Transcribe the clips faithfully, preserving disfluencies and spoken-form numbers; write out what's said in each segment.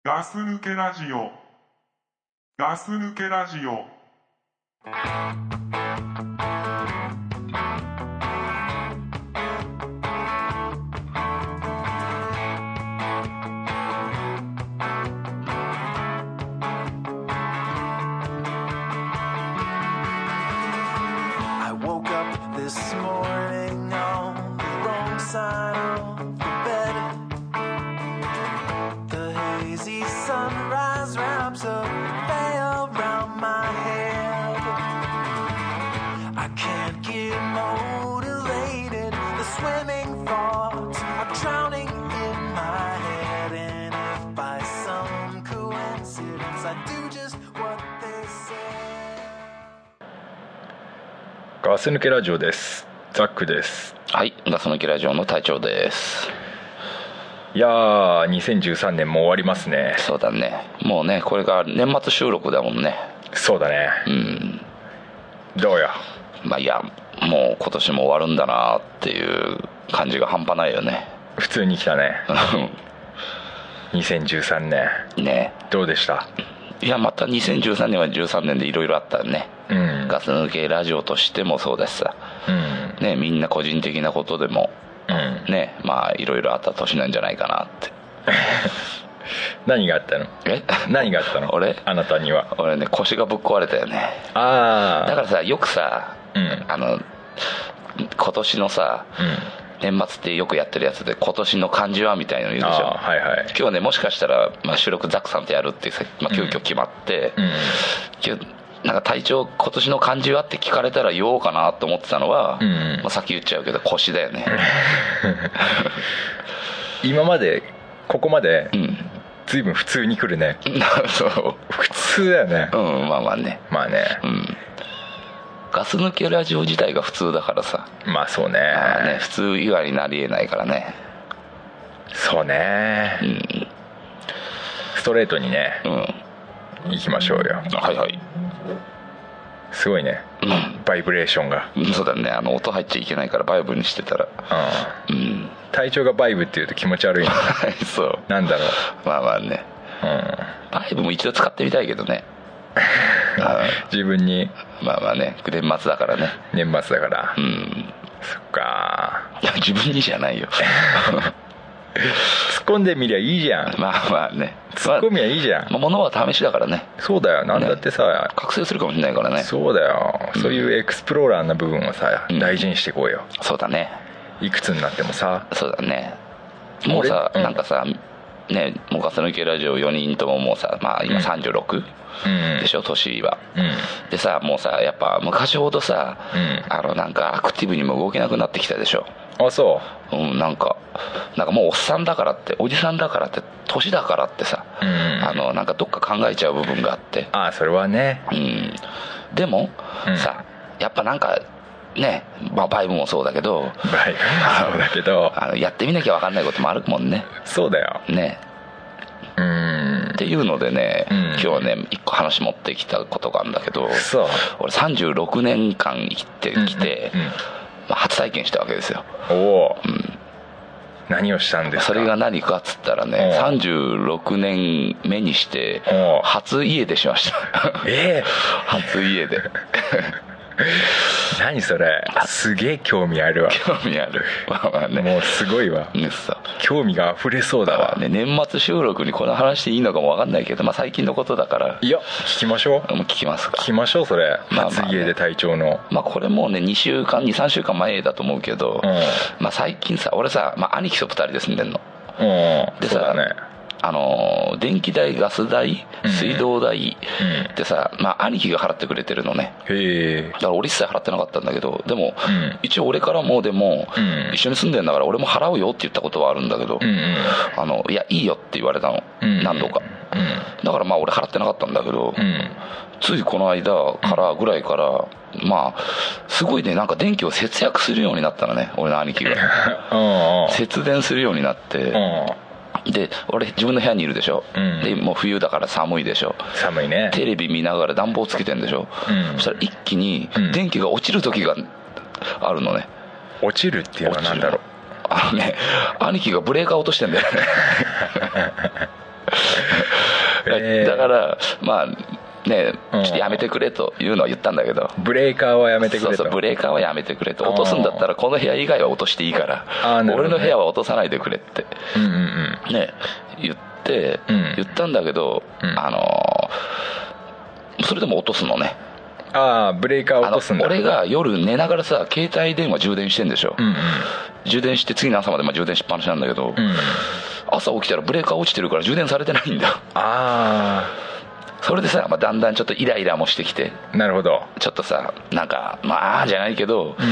ガス抜けラジオガス抜けラジオ I woke up this morning on the wrong side of the bed. The hazy sunrise wraps a veil around my head. I can't get motivated. The swimming thoughts are drowning in my head. And if by some coincidence I do just what they say. ガス抜けラジオです。ザックです。 はい、ガス抜けラジオの隊長です。 いやーにせんじゅうさんねんも終わりますね。 そうだね、もうねこれが年末収録だもんね。 そうだね。 うんどうや。 まあいやもう今年も終わるんだなっていう感じが半端ないよね。 普通に来たねにせんじゅうさんねんね。 どうでした。 いやまたにせんじゅうさんねんはじゅうさんねんでいろいろあったね。 うん、 ガス抜けラジオとしてもそうですさ、 うんね、みんな個人的なことでも、 うん、 ねまあいろいろあった年なんじゃないかなって何があったの。 え何があったの俺あなたには。 俺ね腰がぶっ壊れたよね。 ああだからさよくさ、 うん、 あの今年のさ、うん年末ってよくやってるやつで今年の漢字はみたいなの言うでしょ。 あ、はいはい、 今日ねもしかしたら、まあ、収録ザックさんとやるって、まあ、急遽決まって、うんうん、今日なんか体調今年の漢字はって聞かれたら言おうかなと思ってたのは、うんうんまあ、さっき言っちゃうけど腰だよね今までここまで、うん随分普通に来るねそう普通だよね。 うんまあまあねまあね、うん、 ガス抜けラジオ自体が普通だからさ。 まあそうね。 まあね普通以外になりえないからね。 そうね、うん、ストレートにね、うん、行きましょうよ。 はいはい。 すごいね、うん、バイブレーションが。 そうだね、あの音入っちゃいけないからバイブにしてたら、 うんうん、体調がバイブっていうと気持ち悪いそうなんだろう。 まあまあね、うん、バイブも一度使ってみたいけどね自分に。 まあまあね年末だからね。 年末だからうん。そっか。 いや自分にじゃないよ突っ込んでみりゃいいじゃん。 まあまあね突っ込みはいいじゃん、 まあ、物は試しだからね。 そうだよ。なんだってさ、ね、 覚醒するかもしれないからね。 そうだよ、うん、そういうエクスプローラーな部分をさ、うん、大事にしていこうよ。 そうだね。 いくつになってもさ。 そうだね。もうさ、うん、なんかさねもうガス抜けラジオよにんとももうさ、まあ、今さんじゅうろく、うん、でしょ年は、うん、でさもうさやっぱ昔ほどさ、うん、あのなんかアクティブにも動けなくなってきたでしょ。 あそう、 うん、なんかなんかもうおっさんだからっておじさんだからって年だからってさ、うん、あのなんかどっか考えちゃう部分があって。 ああそれはね、 うん、でも、うん、さやっぱなんかね、まあ、バイブもそうだけどバイブもそうだけどあのやってみなきゃ分かんないこともあるもんね。 そうだよね。 うんっていうのでね、うん、今日はね一個話持ってきたことがあるんだけど、 そう俺さんじゅうろくねんかん生きてきて、うんうんうんまあ、初体験したわけですよ。 おお、うん、何をしたんですか。 それが何かっつったらねさんじゅうろくねんめにして初家出しましたええー、 初家出何それすげえ興味あるわ。 興味あるまあまあねもうすごいわ、 ね、さ興味が溢れそうだわ、 ね、年末収録にこの話していいのかも分かんないけど、まあ、最近のことだからいや聞きましょう。 もう聞きますか。 聞きましょうそれ、 まあまあね、 初家で隊長のまあこれもうねにしゅうかんにさんしゅうかんまえだと思うけど、うんまあ、最近さ俺さ、まあ、兄貴とふたりで住んでんの、うん、でさそうだねあの電気代ガス代水道代ってさ、うんまあ、兄貴が払ってくれてるのね。 へえ。 だから俺一切払ってなかったんだけどでも、うん、一応俺からもでも、うん、一緒に住んでんだから俺も払うよって言ったことはあるんだけど、うんうん、あのいやいいよって言われたの、うん、何度か、うん、だからまあ俺払ってなかったんだけど、うん、ついこの間からぐらいからまあすごいねなんか電気を節約するようになったのね俺の兄貴が節電するようになってで俺自分の部屋にいるでしょ、うん、でもう冬だから寒いでしょ。 寒いね。 テレビ見ながら暖房つけてんでしょ、うん、そしたら一気に電気が落ちる時があるのね、 うん、落ちるっていうのは何だろう。 あのね兄貴がブレーカー落としてんだよねえー、 だからまあね、ちょっとやめてくれというのは言ったんだけど、 ブレーカーはやめてくれと。 そうそう、ブレーカーはやめてくれと、落とすんだったらこの部屋以外は落としていいから、俺の部屋は落とさないでくれって、 うんうんうん、 ね、言って、うん、言ったんだけど、うん、あのそれでも落とすのね。 ああ、ブレーカー落とすんだ。 俺が夜寝ながらさ、携帯電話充電してんでしょ、うんうん、充電して次の朝までまあ充電しっぱなしなんだけど、うん、朝起きたらブレーカー落ちてるから充電されてないんだよ。 ああ、 それでさ、まあ、だんだんちょっとイライラもしてきて、 なるほど、 ちょっとさ、なんかまあじゃないけど、うん、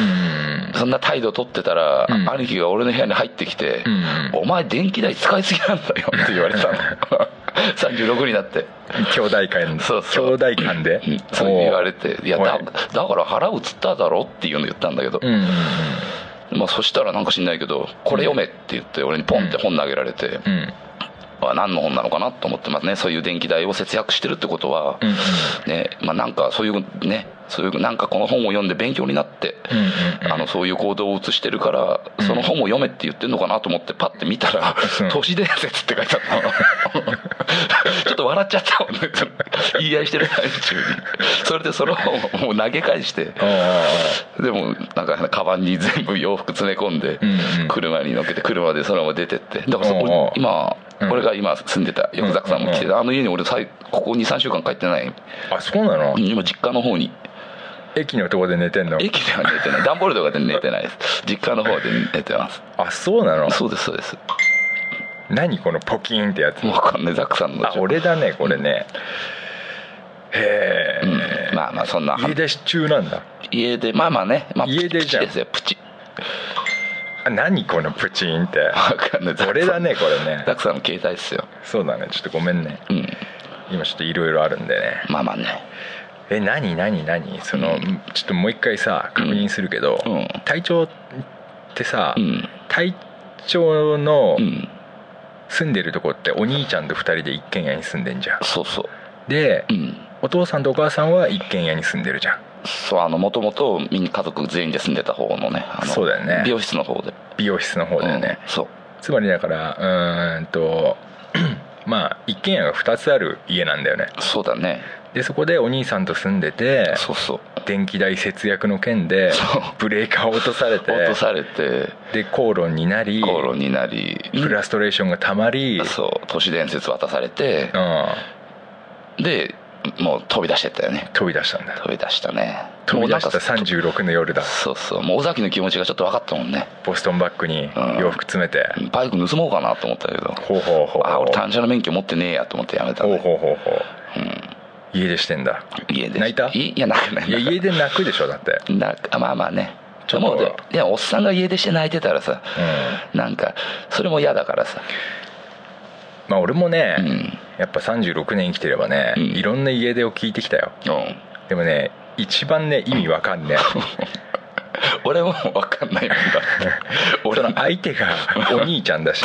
そんな態度取ってたら、うん、兄貴が俺の部屋に入ってきて、うん、お前電気代使いすぎなんだよって言われたのさんじゅうろくになって兄弟間そうそう兄弟間でそう言われて、いや だ, だから払うっつっただろっていうの言ったんだけど、うんうんうん、まあ、そしたらなんか知んないけど、これ読めって言って俺にポンって本投げられて、うんうんまあ、何の本なのかなと思ってますね。そういう電気代を節約してるってことは、うんうんね、まあ、なんかそういうね、そういうなんかこの本を読んで勉強になって、うんうんうん、あのそういう行動を移してるからその本を読めって言ってるのかなと思ってパッて見たら、うん、都市伝説って書いてあったのちょっと笑っちゃったもんね言い合いしてる最中に。それでその本をもう投げ返してでもなんかカバンに全部洋服詰め込んで、うんうん、車に乗っけて車でそのまま出てって、だからそこ今、うん、俺が今住んでた横坂さんも来て、うんうん、あの家に俺ここ にさんしゅうかん帰ってない。 あ、そうなの。 今実家の方に、 駅のとこで寝てんの。 駅では寝てない、段ボールとかで寝てないです。実家の方で寝てます。 あ、そうなの。 そうですそうです。 何このポキンってやつ。 分かんない、ザックさんの。 あ、俺だねこれね、うん、へえ、 うん、まあまあそんな家出中なんだ。 家出、まあまあね、まあ、 家出じゃん。 プチですよ、プチ。 あ、何このプチンって。 分かんない、 俺だねこれね。 ザックさんの携帯ですよ。 そうだね、ちょっとごめんね、うん、今ちょっといろいろあるんでね。 まあまあね。 え、何何何その、うん、ちょっともう一回さ確認するけど、うん、隊長ってさ、うん、隊長の住んでるとこってお兄ちゃんとふたりで一軒家に住んでんじゃん。 そうそうで、うん、お父さんとお母さんは一軒家に住んでるじゃん。 そう、あのもともとみんな家族全員で住んでた方のね、あのそうだよね、 美容室の方で美容室の方だよね、 うん、そう、 つまりだからうーんとまあ一軒家がふたつある家なんだよね。 そうだね。 でそこでお兄さんと住んでて、 そうそう、 電気代節約の件でブレーカーを落とされて落とされてで口論になり口論になりフラストレーションがたまり、 そう都市伝説渡されて、うん、でもう飛び出してったよね。 飛び出したんだ。 飛び出したね。 飛び出したさんじゅうろくの夜だ。 そうそう、もう尾崎の気持ちがちょっと分かったもんね。 ボストンバッグに洋服詰めて、 うん、バイク盗もうかなと思ったけど、 ほうほうほう、 あ、俺単車の免許持ってねえやと思ってやめたね。 ほうほうほうほう、うん、家出してんだ。 家出泣いた？ いや泣くない。 いや家出泣くでしょだって。 なまあまあね、ちょっともういやおっさんが家出して泣いてたらさ、うん、なんかそれも嫌だからさ。 まあ俺もね、うん、やっぱさんじゅうろくねん生きてればね、うん、いろんな家出を聞いてきたよ、うん、でもね一番ね意味わかんねえ俺もわかんないもんだ俺の相手がお兄ちゃんだし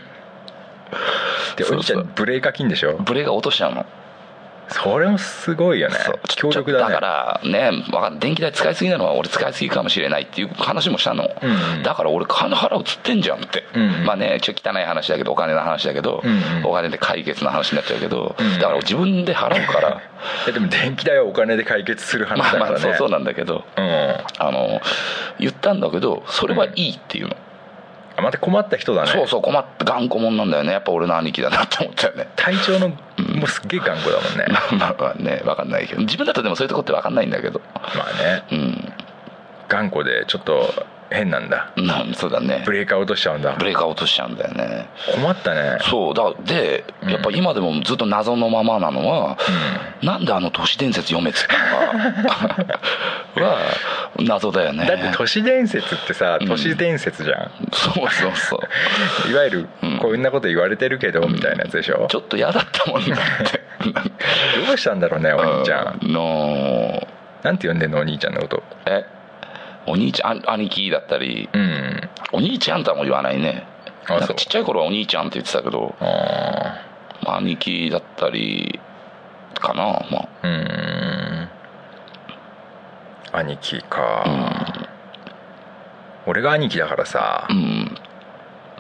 でお兄ちゃんブレーカー金でしょ。 ブレーカー落としちゃうの。 それもすごいよね。強力だね。 だからね、電気代使いすぎなのは俺使いすぎかもしれないっていう話もしたの、うんうん、だから俺金払うっつってんじゃんって、うんうん、まあねちょっと汚い話だけどお金の話だけど、うんうん、お金で解決の話になっちゃうけど、うんうん、だから自分で払うからでも電気代はお金で解決する話だからね。まあまあそうそうなんだけど、うん、あの言ったんだけどそれはいいっていうの、 うん、また困った人だね。 そうそう、困って頑固者なんだよね。やっぱ俺の兄貴だなって思ったよね。 隊長のもうすっげえ頑固だもんねまあね、分かんないけど自分だとでもそういうとこって分かんないんだけど、 まあね、うん、頑固でちょっと変なんだ。 うん、そうだね。 ブレーカー落としちゃうんだ。 ブレーカー落としちゃうんだよね。 困ったね。 そうだで、やっぱ今でもずっと謎のままなのは、うん、なんであの都市伝説読めっつったのかは謎だよね。 だって都市伝説ってさ、都市伝説じゃん、うん、 そうそうそういわゆるこんなこと言われてるけど、うん、みたいなやつでしょ。 ちょっと嫌だったもんねどうしたんだろうねお兄ちゃん、 うん、のなんて呼んでんのお兄ちゃんのこと。えお兄ちゃん、兄貴だったり、うん、お兄ちゃんとはもう言わないね。なんかちっちゃい頃はお兄ちゃんって言ってたけど、あ、まあ、兄貴だったりかな、まあ、うーん、 兄貴か、うん、俺が兄貴だからさ、うん、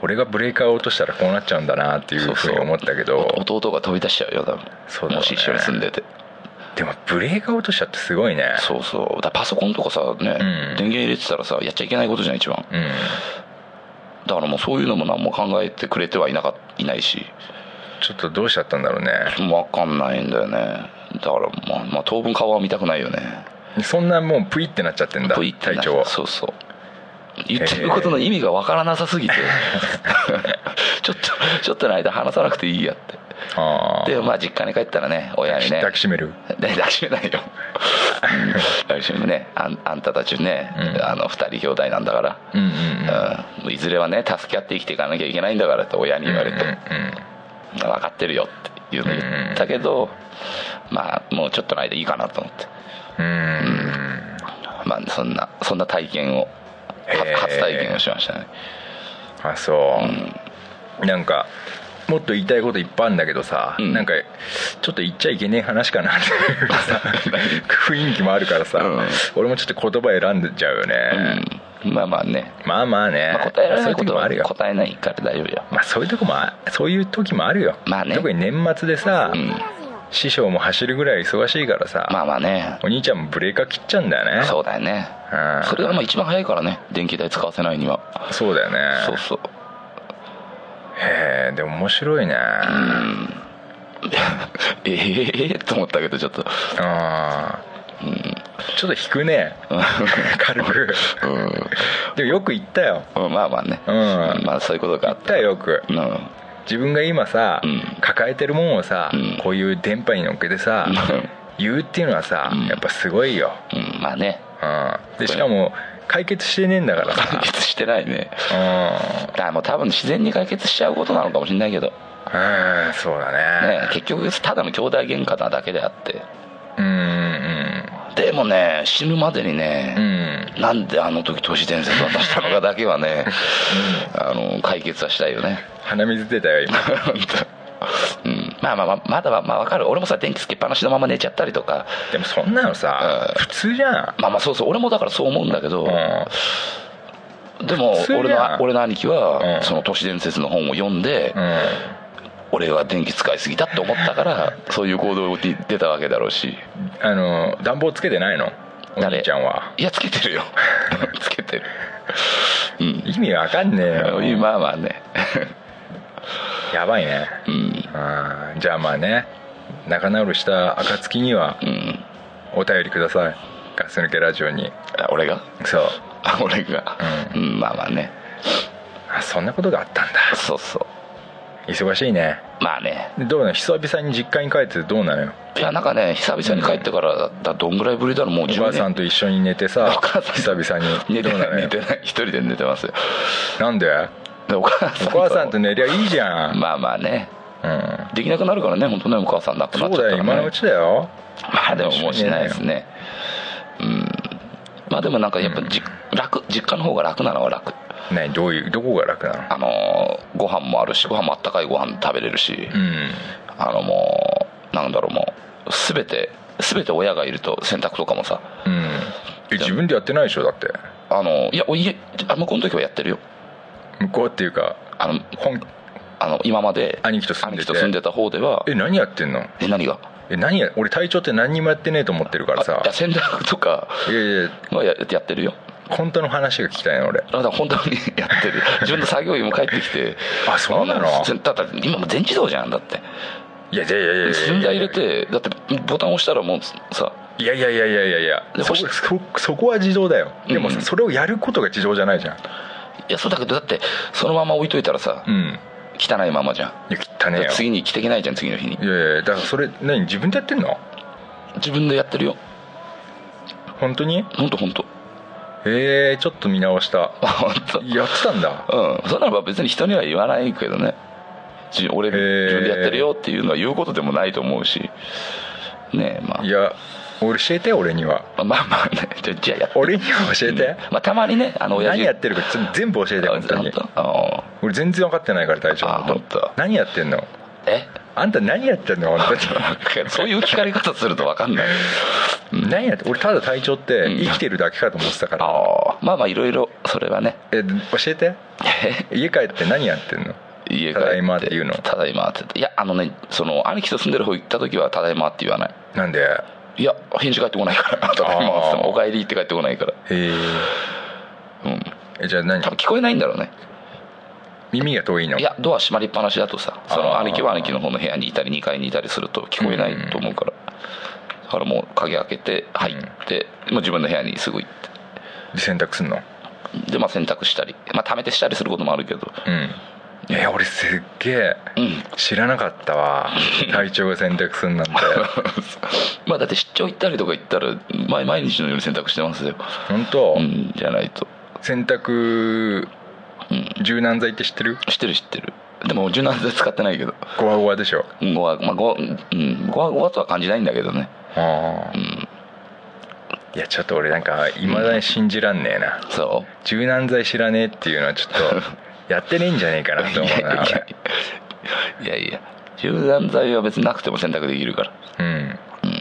俺がブレーカーを落としたらこうなっちゃうんだなっていうふうに思ったけど、 そうそう弟が飛び出しちゃうよ多分。そうだ、ね、もし一緒に住んでて。 でもブレーカー落としちゃってすごいね。 そうそう、だパソコンとかさね、うん、電源入れてたらさやっちゃいけないことじゃん一番、うん、だからもうそういうのも何も考えてくれてはいなかいないし、 ちょっとどうしちゃったんだろうね。 分かんないんだよね。だからまあ、まあ、当分顔は見たくないよね。 そんなもうプイってなっちゃってんだ、体調。 そうそう、言ってることの意味が分からなさすぎてちょっとちょっとの間話さなくていいやって。あでまあ実家に帰ったらね親にね抱きしめる抱きしめないよ抱きしめるね。 あ, あんたたちね、うん、あのふたり兄弟なんだから、うんうんうん、いずれはね助け合って生きていかなきゃいけないんだからって親に言われて、うんうんうん、分かってるよっていうの言ったけど、うん、まあもうちょっとの間いいかなと思って、うん、うん、まあそんなそんな体験を初体験をしましたね。 あそう、うん、なんかもっと言いたいこといっぱいあるんだけどさ、うん、なんかちょっと言っちゃいけねえ話かなっていうさ雰囲気もあるからさ、うん、俺もちょっと言葉選んでちゃうよね、 うん、まあまあねまあまあね、 まあ、答えられないことは答えないから大丈夫よ。 まあそういうとこもそういう時もあるよ、まあね、特に年末でさ、うん、師匠も走るぐらい忙しいからさ、 まあまあね、 お兄ちゃんもブレーカー切っちゃうんだよね。 そうだよね、うん、それがまあ一番早いからね、電気代使わせないには。 そうだよね。 そうそう。 へえ、でも面白いね。うんええー、と思ったけどちょっとあ、 うん、ちょっと引くね軽く、うん、でもよく言ったよ、 うん、まあまあね、うん、まあそういうことがあった言ったよく、うん、自分が今さ、うん、抱えてるもんをさ、うん、こういう電波に乗っけてさ、うん、言うっていうのはさ、うん、やっぱすごいよ、 うん、まあね、 うん、でしかも解決してねえんだからさ。 解決してないね。うん。だからもう多分自然に解決しちゃうことなのかもしれないけど。 うん、そうだね。 ね、結局ただの兄弟喧嘩なだけであって。うんうん。でもね、死ぬまでにね、うん、なんであの時都市伝説渡したのかだけはね、うん、あの解決はしたいよね。 鼻水出たよ今。 うん、まあまあまあまだまあ分かる。俺もさ電気つけっぱなしのまま寝ちゃったりとか。 でもそんなのさ、うん、普通じゃん。 まあまあそうそう、俺もだからそう思うんだけど、うん、でも俺の俺の兄貴は、うん、その都市伝説の本を読んで、うん、俺は電気使いすぎだって思ったからそういう行動に出たわけだろうし。 あの暖房つけてないのお兄ちゃんは。 いやつけてるよつけてる、 うん、意味わかんねえよ。 まあまあねやばいね、うん、あじゃあまあね、仲直りした暁にはお便りください、ガス抜けラジオに。 あ俺がそうあ俺が、うん、うん、まあまあね。 あそんなことがあったんだ。 そうそう、 忙しいね。 まあね。 どうなの久々に実家に帰ってどうなのよ。 いやなんかね久々に帰ってからだ、うん、だどんぐらいぶりだろう。もうじゅうねん。 お母さんと一緒に寝てさ久々に寝てない寝てない一人で寝てますよ。 なんでお母さん と, お母さんと寝りゃいいじゃん。 まあまあね、うん、できなくなるからね本当ね、お母さん亡くなっちゃったら、ね、 そうだよ今のうちだよ。 まあでももうしないですね。うん、まあでもなんかやっぱじ、うん、楽実家の方が楽なのは楽。 何どういうどこが楽なの。 あのご飯もあるし、ご飯もあったかいご飯食べれるし、うん、あのもうなんだろう、もう全て全て親がいると洗濯とかもさ、うん、 え自分でやってないでしょだって。 あのいや家向こうの時はやってるよ。 向こうっていうかあの本あの今まで兄貴と住んでて兄貴と住んでた方では。 え何やってんの。 え何がえ何や俺体調って何にもやってねえと思ってるからさ。 いや洗濯とかいやいやは や, やってるよ。 本当の話が聞きたいの俺。 だから本当にやってる自分の作業員も帰ってきてあそうなの。 だって今も全自動じゃんだって。 いやいやいやいや洗剤入れてだってボタン押したらもうさ。 いやいやいやいやいやいや そ, そ, そこは自動だよ。でも、うん、それをやることが自動じゃないじゃん。 いやそうだけどだってそのまま置いといたらさ、うん、汚いままじゃん。 いや汚ねえよ。 次に着てけないじゃん次の日に。いやいやだからそれ何自分でやってんの。 自分でやってるよ。 本当に本当本当。 へえちょっと見直した。 本当やってたんだ。 うんそんなのは別に人には言わないけどね。俺自分でやってるよっていうのは言うことでもないと思うしねえ。まあいや俺教えて俺には。 まあまあねじゃじゃあやって俺には教えて、うん、 まあたまにねあの親父何やってるか全部教えて本当に。俺全然分かってないから隊長のこと。何やってんの。 えあんた何やってんの本当にそういう聞かれ方すると分かんない、 うん、何やって俺ただ体調って生きてるだけかと思ってたから、うん、 あまあまあいろいろそれはね。 え教えて家帰って何やってんの。 家帰ってただいまって言うの。 ただいまっていやあのねその兄貴と住んでる方行った時はただいまって言わない。 なんで。 いや返事返ってこないからただいまってお帰りって帰ってこないから。へえ、うん、えじゃあ何多分聞こえないんだろうね。 耳が遠いの。 いやドア閉まりっぱなしだとさその兄貴は兄貴の方の部屋にいたりにかいにいたりすると聞こえないと思うから、うん、だからもう鍵開けて入って、うん、もう自分の部屋にすぐ行ってで洗濯すんの。 でまあ洗濯したりまあ溜めてしたりすることもあるけど、 うんえ俺すっげえ知らなかったわ、うん、体調が洗濯すんなんてまあだって出張行ったりとか行ったら毎毎日のように洗濯してますよ。 本当、 うん、じゃないと洗濯、うん、柔軟剤って知ってる。 知ってる知ってる。でも柔軟剤使ってないけどゴワゴワでしょ。 ゴワ、まあ、ゴワ、うん、ゴワゴワとは感じないんだけどね。ああ、うん、 いやちょっと俺なんかいまだに信じらんねえな、 うん、そう柔軟剤知らねえっていうのはちょっとやってねえんじゃねえかなと思うな。いやいやいやいや柔軟剤は別になくても洗濯できるから。うん、うん、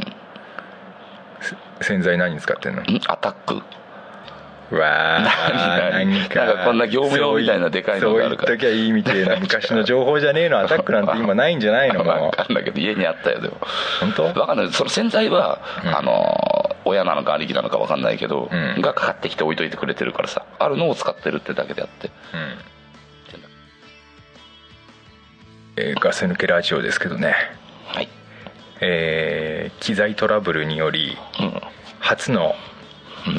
洗剤何使ってんの。 アタック。 うわーなんかなんかこんな業務用みたいなでかいのがあるからそう言っときゃいいみたいな昔の情報じゃねえの。アタックなんて今ないんじゃないの。 分かんないけど家にあったよ。でも本当分かんない。その洗剤は、うん、あの親なのか兄貴なのか分かんないけど、うん、がかかってきて置いといてくれてるからさあるのを使ってるってだけであって、うんえー、ガス抜けラジオですけどね、 はいえー、機材トラブルにより、うん、初の、うん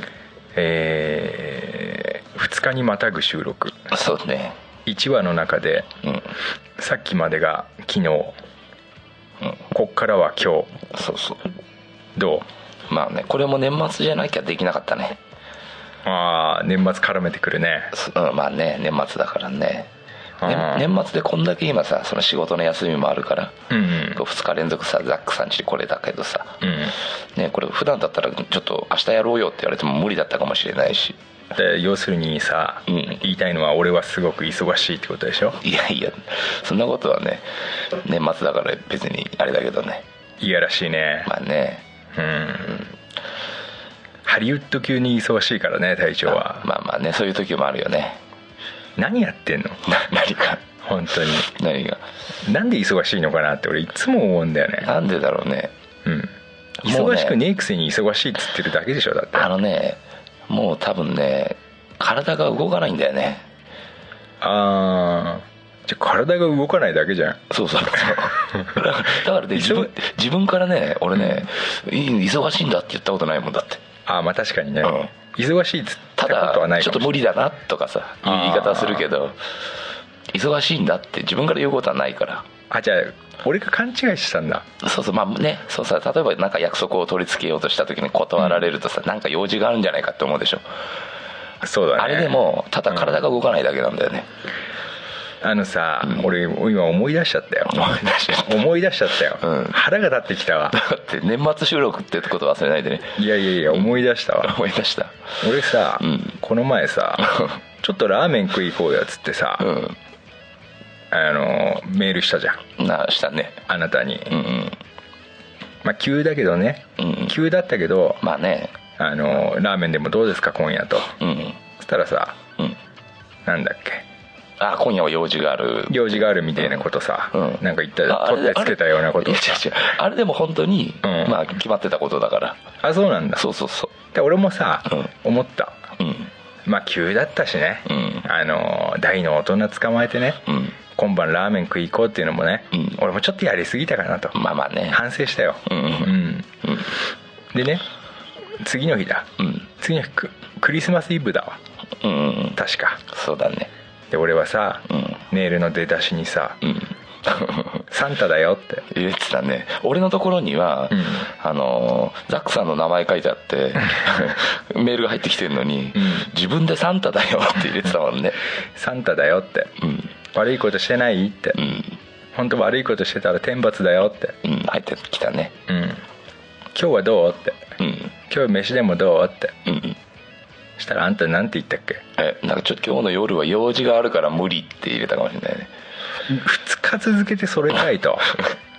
えー、ふつかにまたぐ収録。 そうねいちわの中で、うん、さっきまでが昨日、うん、こっからは今日。 そうそうどう。まあねこれも年末じゃなきゃできなかったね。 ああ年末絡めてくるね。 うん、まあね年末だからね。ね、年末でこんだけ今さその仕事の休みもあるから、うんうん、ふつか連続さザックさん家にこれだけどさ、うんね、これ普段だったらちょっと明日やろうよって言われても無理だったかもしれないし。 で要するにさ、うん、言いたいのは俺はすごく忙しいってことでしょ。 いやいやそんなことはね年末だから別にあれだけどね。 いやらしいね。 まあねうん、うん、 ハリウッド級に忙しいからね隊長は。 まあまあねそういう時もあるよね。 何やってんの。 何か本当に何がなんで忙しいのかなって俺いつも思うんだよね。 なんでだろうね。 うん忙しくねえくせに忙しいっつってるだけでしょ。だってあのねもう多分ね体が動かないんだよね。 ああじゃあ体が動かないだけじゃん。 そうそうそうだからね自分自分からね俺ね、うん、忙しいんだって言ったことないもんだって。 ああまあ確かにね、うん、忙しいっつったことはないかもしれない。 ただちょっと無理だなとかさいう言い方はするけど忙しいんだって自分から言うことはないから。 あじゃあ俺が勘違いしたんだ。 そうそうまあねそうさ例えばなんか約束を取り付けようとした時に断られるとさ、うん、なんか用事があるんじゃないかって思うでしょ。 そうだね。 あれでもただ体が動かないだけなんだよね、 うん、あのさ、うん、俺今思い出しちゃったよ思い出しちゃったよ、うん、腹が立ってきたわ。 だって年末収録ってこと忘れないでね。 いやいやいや思い出したわ、 うん、思い出した。 俺さ、うん、この前さちょっとラーメン食い行こうやつってさ、うん、あのメールしたじゃん。 なしたねあなたに、うんうん、まあ急だけどね、うんうん、急だったけどまあねあのラーメンでもどうですか今夜と、うんうん、そしたらさ、うん、なんだっけあ今夜は用事がある用事があるみたいなことさ、うん、なんか言った取ってつけたようなことをさあ, あれでも本当に、うん、まあ決まってたことだから。あそうなんだ。 そうそうそうで俺もさ、うん、思った、うん、まあ急だったしね、うん、あの大の大人捕まえてね、うん、今晩ラーメン食い行こうっていうのもね、うん、俺もちょっとやりすぎたかなとまあまあね反省したよ、うんうんうん、でね次の日だ、うん、次の日 ク, クリスマスイブだわ、うんうん、確かそうだね。 で俺はさ、うん、メールの出だしにさ、うん、サンタだよって言ってたね。俺のところには、うん、あのザックさんの名前書いてあってメールが入ってきてるのに、うん、自分でサンタだよって入れてたもんねサンタだよって、うん、悪いことしてないって、うん、本当悪いことしてたら天罰だよって、 うん、入ってきたね、うん、 今日はどうって、うん、今日飯でもどうって、うん、したらあんたなんて言ったっけ。 えなんかちょっと今日の夜は用事があるから無理って入れたかもしれないね。 ふつか続けてそれかいと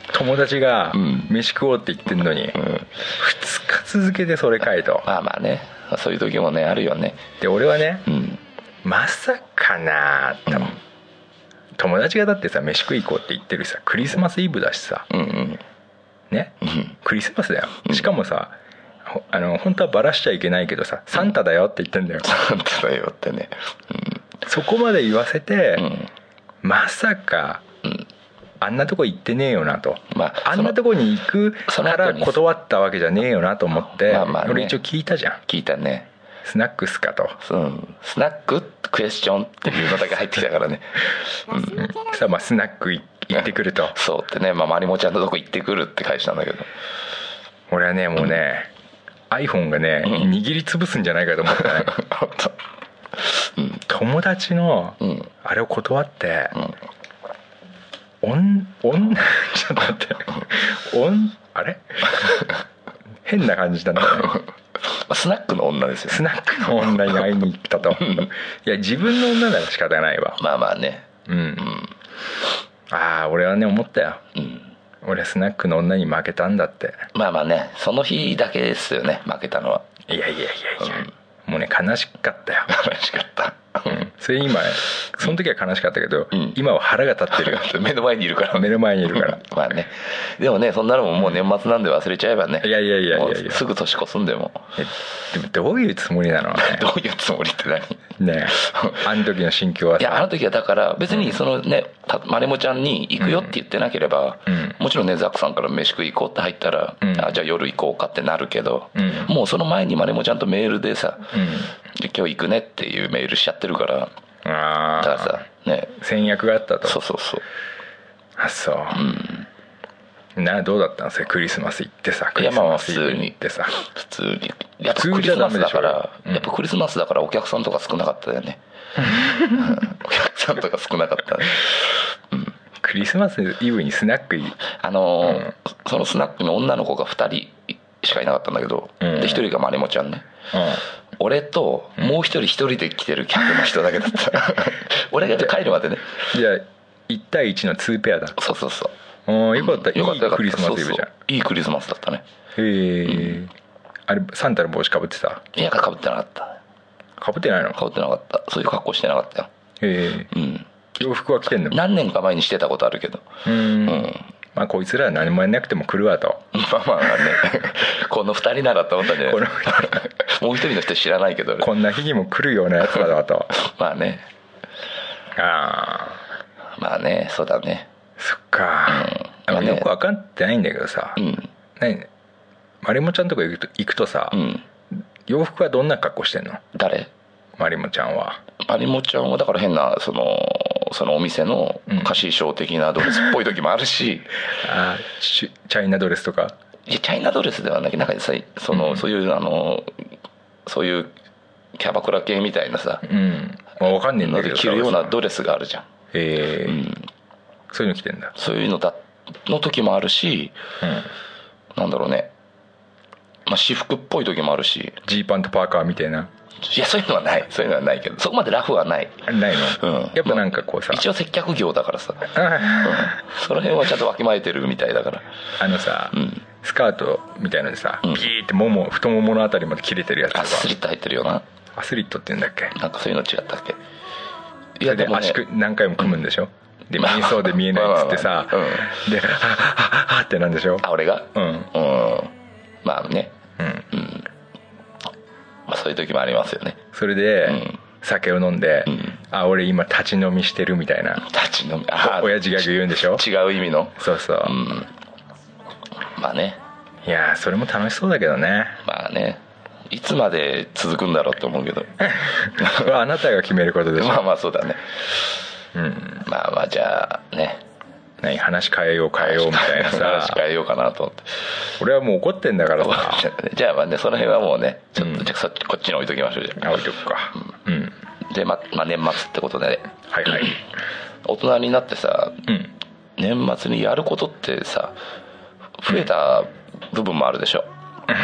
友達が飯食おうって言ってんのに、うん、ふつか続けてそれかいと。 まあまあね、そういう時もねあるよね。 で俺はね、 うん、 まさかなって、うん、友達がだってさ飯食い行こうって言ってるさ、クリスマスイブだしさ、 うんうん、 ね、うん、クリスマスだよ、しかもさ、あの本当はバラしちゃいけないけどさ、サンタだよって言ってんだよ、 サンタだよってね、 うん、そこまで言わせて、うん、まさか、うん、あんなとこ行ってねえよなと、まあ、あんなとこに行くから断ったわけじゃねえよなと思って、まあまあね、俺一応聞いたじゃん。 聞いたね。 スナックっすかと、 うん、スナッククエスチョンっていうのだけ入ってきたからね、 うん、そしたらまあスナック行ってくるとそうってね、まあ、マリモちゃんのとこ行ってくるって返したんだけど、 俺はねもうね、うん、iPhone がね、うん、握りつぶすんじゃないかと思ったねうん、友達のあれを断って、うん、おんおんちょっと待っておんあれ変な感じだねスナックの女ですよ、 スナックの女に会いに行ったといや自分の女なら仕方ないわ。 まあまあね、 うん、うん、ああ俺はね思ったよ、うん、俺はスナックの女に負けたんだって。 まあまあね、その日だけですよね負けたのは。 いやいやいやいや、うん、もうね悲しかったよ悲しかった、 うん、それ今その時は悲しかったけど、うん、今は腹が立ってるよ目の前にいるから目の前にいるからまあね、でもねそんなのももう年末なんで忘れちゃえばね、 いやいやいやいやいやすぐ年越すんでも。 でもどういうつもりなのねどういうつもりって何ねあの時の心境はさ。 いやあの時はだから別にそのね、うん、マリモちゃんに行くよって言ってなければ、うん、もちろんねザックさんから飯食い行こうって入ったら、うん、あじゃあ夜行こうかってなるけど、うん、もうその前にマリモちゃんとメールでさ、うん、今日行くねっていうメールしちゃってるから、あだからさね戦略があったと。 そうそうそう、 あそう、うん、などうだったんですかクリスマス行ってさ。クリスマス行ってさ普通にやっぱクリスマスだから、うん、やっぱクリスマスだからお客さんとか少なかったよねお客さんとか少なかった、 うん、クリスマスイブにスナックいあのーうん、そのスナックに女の子がふたりしかいなかったんだけど、うん、でひとりがマリモちゃんね、うん俺ともう一人一人で来てる客の人だけだった俺が帰るまでね。 じゃあいち対いちのにペアだ。 そうそうそう、 およかった、うん、 よかったいいクリスマスイブじゃん。そうそういいクリスマスだったね。 へえ、うん、あれサンタの帽子かぶってた？ いやかぶってなかった。 かぶってないの？ かぶってなかった、そういう格好してなかったよ。 へえ、うん、洋服は着てんの？ 何年か前にしてたことあるけど、うん、うんまあこいつらは何もやんなくても来るわとまあまあねこのふたりならと思ったんじゃないですかもう一人の人知らないけどこんな日にも来るようなやつだわとまあね、ああまあねそうだね。 そっか、うんまあね、よく分かってないんだけどさ、うん、何マリモちゃんとか行くと、行くとさ、うん、洋服はどんな格好してんの？誰？マリモちゃんは。 マリモちゃんはだから変なそのそのお店の貸衣装的なドレスっぽい時もあるし、 うん、あチャイナドレスとか。 いやチャイナドレスではなくなんかさその、うん、そういうあのそういうキャバクラ系みたいなさ、うん、 分かんねえんだけど着るようなドレスがあるじゃん。へえ、うん、そういうの着てんだ。 そういうのだの時もあるし、うん、なんだろうね、まあ、私服っぽい時もあるし、 ジーパンとパーカーみたいな。 いやそういうのはないそういうのはないけどそこまでラフはないないの、うん、やっぱなんかこうさ、 まあ、一応接客業だからさ、うん、その辺はちゃんとわきまえてるみたいだから。 あのさ、うん、スカートみたいのでさ、うん、ビーってもも太もものあたりまで切れてるやつとか。 アスリット入ってるよな。 アスリットって言うんだっけ？なんかそういうの違ったっけ？ いやでも、ね、足何回も組むんでしょ、うん、で見えそうで見えないっつってさ、まあまあまあうん、でハッハッハッハッってなんでしょ。 あ俺がうん、うん、まあねうん、 うんまあ、そういう時もありますよね。 それで、うん、酒を飲んで、うん、あ俺今立ち飲みしてるみたいな。 立ち飲みあ親父ギャグ言うんでしょ。 違う意味の。 そうそう、うん、 まあね。 いやそれも楽しそうだけどね。 まあねいつまで続くんだろうって思うけどあなたが決めることでしょ。 まあまあそうだね、うん、まあまあじゃあね何話変えよう変えようみたいなさ話変えようかなと思って。 俺はもう怒ってんだからさじゃあまあねその辺はもうねちょっと、うん、じゃあそっちこっちに置いときましょう。じゃあ置いとくか、 うん、で、ままあ、年末ってことではいはい大人になってさ、うん、年末にやることってさ増えた部分もあるでしょ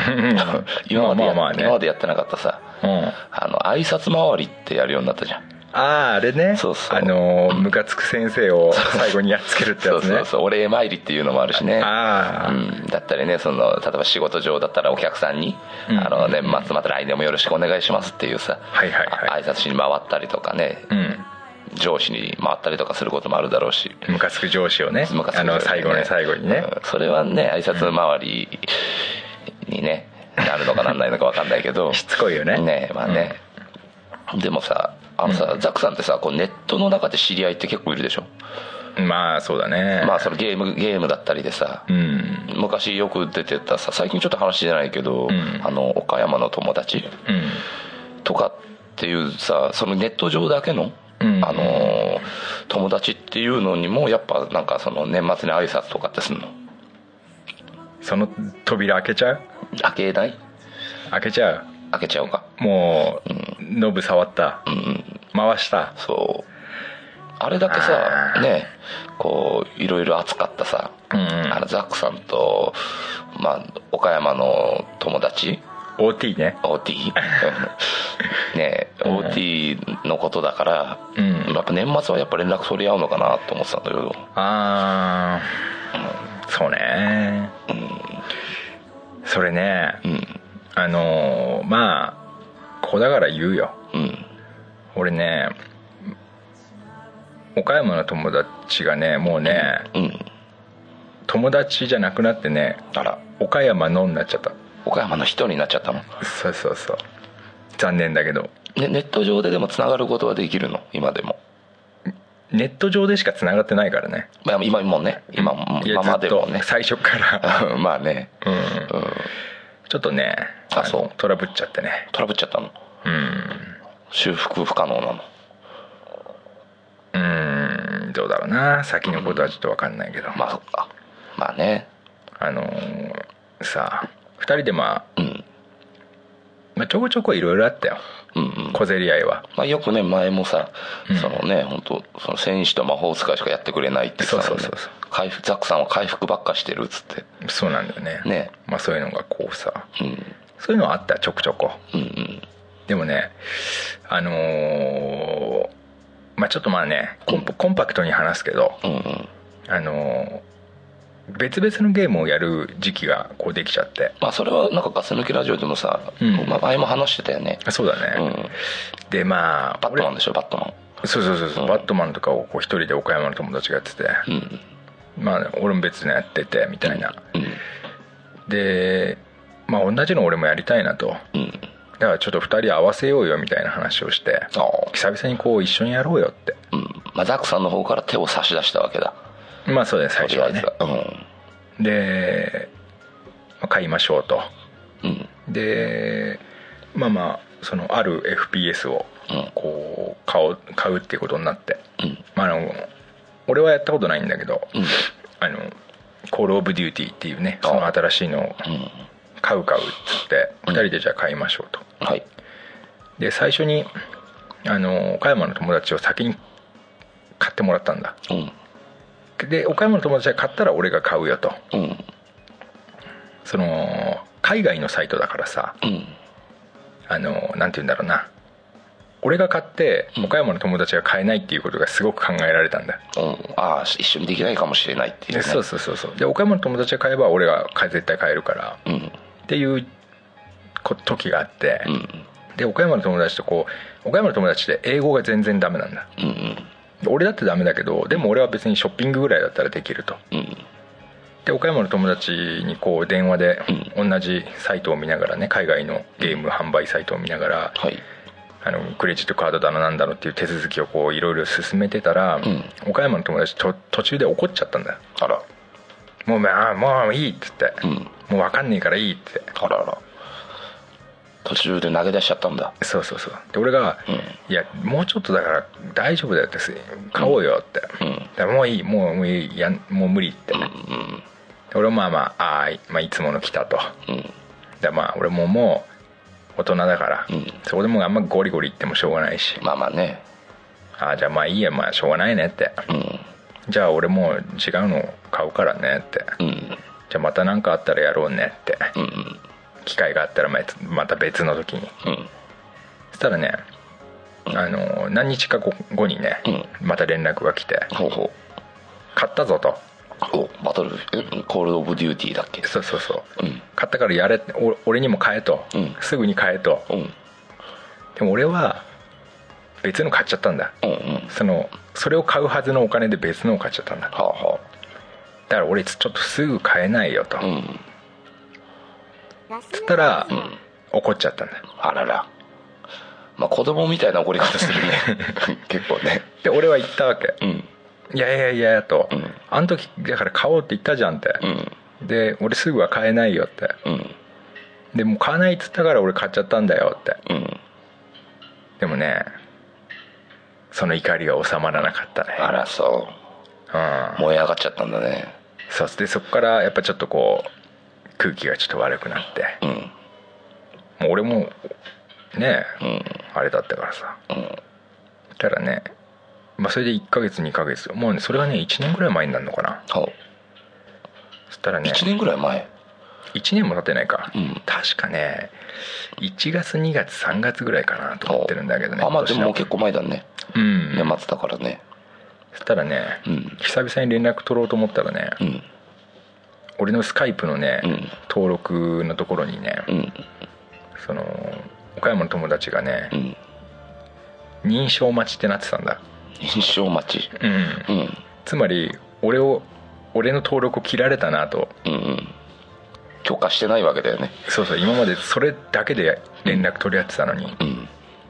今までや、まあまあね、今までやってなかったさ、うん、あの挨拶回りってやるようになったじゃん。 ああれね、 そうそう、 あのムカつく先生を最後にやっつけるってやつね。 そうそうそう、お礼参りっていうのもあるしね。 あ、 うん、だったりね、その例えば仕事上だったらお客さんに、うん、あの年末また来年もよろしくお願いしますっていうさ、 はいはいはい、 挨拶しに回ったりとかね、うん、上司に回ったりとかすることもあるだろうし、 ムカつく上司をね、あの最後の最後にね、うん、 それはね挨拶回りにね、なるのかなんないのか分かんないけどしつこいよね。 ね、まあね、うん、でもさあのさ、うん、ザックさんってさこうネットの中で知り合いって結構いるでしょ。 まあそうだね。 まあそのゲームゲームだったりでさ、うん、昔よく出てたさ、最近ちょっと話じゃないけど、うん、あの岡山の友達、うん、とかっていうさ、そのネット上だけの、うん、あの友達っていうのにもやっぱなんかその年末に挨拶とかってすんの？ その扉開けちゃう？ 開けない？ 開けちゃう。 開けちゃうか。 もう、うん、ノブ触った、うん、回した。 そう、あれだけさね、こういろいろ熱かったさ、うんうん、あのザックさんと、まあ、岡山の友達オーティー ねオーティー ね、うん、オーティー のことだから、うん、やっぱ年末はやっぱ連絡取り合うのかなと思ってたんだけど。 ああ、うん、そうね、うん、それね、うん、あのー、まあこうだから言うよ、うん、俺ね岡山の友達がねもうね、うん、友達じゃなくなってね、あら、岡山のになっちゃった。 岡山の人になっちゃったの？ そうそうそう、残念だけど、 ね、ネット上ででもつながることはできるの？今でもネット上でしかつながってないからね。 まあ、今もね、今も今までもね、 最初からまあね、うん、うん、 ちょっとね、あ、そう、トラブっちゃってね。 トラブっちゃったの？うん、修復不可能なの？ うーん、どうだろうな、先のことはちょっと分かんないけど、うん、 まあそっか、まあね、あのー、さふたりでまあ、うんまあ、ちょこちょこいろいろあったよ、うんうん、小競り合いは、 まあ、よくね前もさ、うん、そのね本当その戦士と魔法使いしかやってくれないって言ってたのね。そうそうそうそう、回復、ザックさんは回復ばっかしてるっつって。 そうなんだよね。ね、まあそういうのがこうさ、うん、そういうのはあったちょくちょこ、うんうん、でもねあのー、まあちょっとまあねコン、うん、コンパクトに話すけど、うんうん、あのー別々のゲームをやる時期がこうできちゃって、 まあそれはなんかガス抜きラジオでもさ、うんまあ、前も話してたよね。 そうだね、うん、でまあバットマンでしょ、バットマン。 そうそうそうそう、うん、バットマンとかをこう一人で岡山の友達がやってて、うん、まあ俺も別のやっててみたいな、うんうん、でまあ同じの俺もやりたいなと、うん、だからちょっとふたり合わせようよみたいな話をして、久々にこう一緒にやろうよって、 うんまあ、ザックさんの方から手を差し出したわけだ。 まあそうです、最初はね、うん、で、まあ、買いましょうと、うん、でまあまあそのある エフピーエス をこう買う、買うっていうことになって、うんまあ、あの俺はやったことないんだけど、うん、あのコールオブデューティーっていうね、その新しいのを買う買うっつってふたりでじゃあ買いましょうと、うんはい、で最初にあの岡山の友達を先に買ってもらったんだ、うんで岡山の友達が買ったら俺が買うよと、うん、その海外のサイトだからさ、うん、あのなんて言うんだろうな、俺が買って岡山の友達が買えないっていうことがすごく考えられたんだ、 うん、ああ一緒にできないかもしれないっていう、ね、 そうそうそうそう、で岡山の友達が買えば俺が絶対買えるから、うん、っていう時があって、うん、で岡山の友達とこう岡山の友達って英語が全然ダメなんだ、うんうん俺だってダメだけど、でも俺は別にショッピングぐらいだったらできると、うん、で岡山の友達にこう電話で同じサイトを見ながらね、海外のゲーム販売サイトを見ながら、はい、あのクレジットカードだのなんだのっていう手続きをこういろいろ進めてたら、うん、岡山の友達と途中で怒っちゃったんだよ。あら、もうまあもういいって言って、うん、もう分かんねえからいいって。 あらら、途中で投げ出しちゃったんだ。 そうそうそう、で俺が、うん、いやもうちょっとだから大丈夫だよって買おうよって、うん、だもういいもうもういいやもう無理って、うんうん、俺はまあまああ、まあ、いつもの来たと、うん、でまあ俺ももう大人だから、うん、そこでもうあんまゴリゴリ言ってもしょうがないし、 まあまあね、 あじゃあまあいいや、まあしょうがないねって、うん、じゃあ俺もう違うの買うからねって、うん、じゃあまた何かあったらやろうねって、うんうん機会があったらまた別の時に、うん、そしたらねあの何日か後にね、うん、また連絡が来てほうほう買ったぞと。 おバトルコールオブデューティーだっけ。 そうそうそう、 うん、 買ったからやれお俺にも買えと、うん、すぐに買えと、うん、でも俺は別の買っちゃったんだ、うんうん、そのそれを買うはずのお金で別のを買っちゃったんだ、はあはあ、だから俺ちょっとすぐ買えないよと、うん、つったら、うん、怒っちゃったんだ。 あらら、まあ子供みたいな怒り方するね結構ね。 で俺は言ったわけ、うん、いやいやいやと、うん、あの時だから買おうって言ったじゃんって、うん、で俺すぐは買えないよって、うん、でもう買わないっつったから俺買っちゃったんだよって、うん、でもねその怒りが収まらなかったね。 あらそう、うん、燃え上がっちゃったんだね。 そうでそこからやっぱちょっとこう空気がちょっと悪くなって、うん、もう俺もね、うん、あれだったからさ、うん、たらね、まあ、それでいっかげつにかげつもうねそれがねいちねんぐらい前になるのかな。そしたらねいちねんぐらい前いちねんも経ってないか、うん、確かねいちがつにがつさんがつぐらいかなと思ってるんだけどね。 あまあでももう結構前だね、うん、年末だからね。 そしたらね、うん、久々に連絡取ろうと思ったらね、うん、俺のスカイプのね、うん、登録のところにね、うん、その岡山の友達がね、うん、認証待ちってなってたんだ。 認証待ち、うんうん、つまり俺を俺の登録を切られたなと、うんうん、 許可してないわけだよね。 そうそう今までそれだけで連絡取り合ってたのに、うん、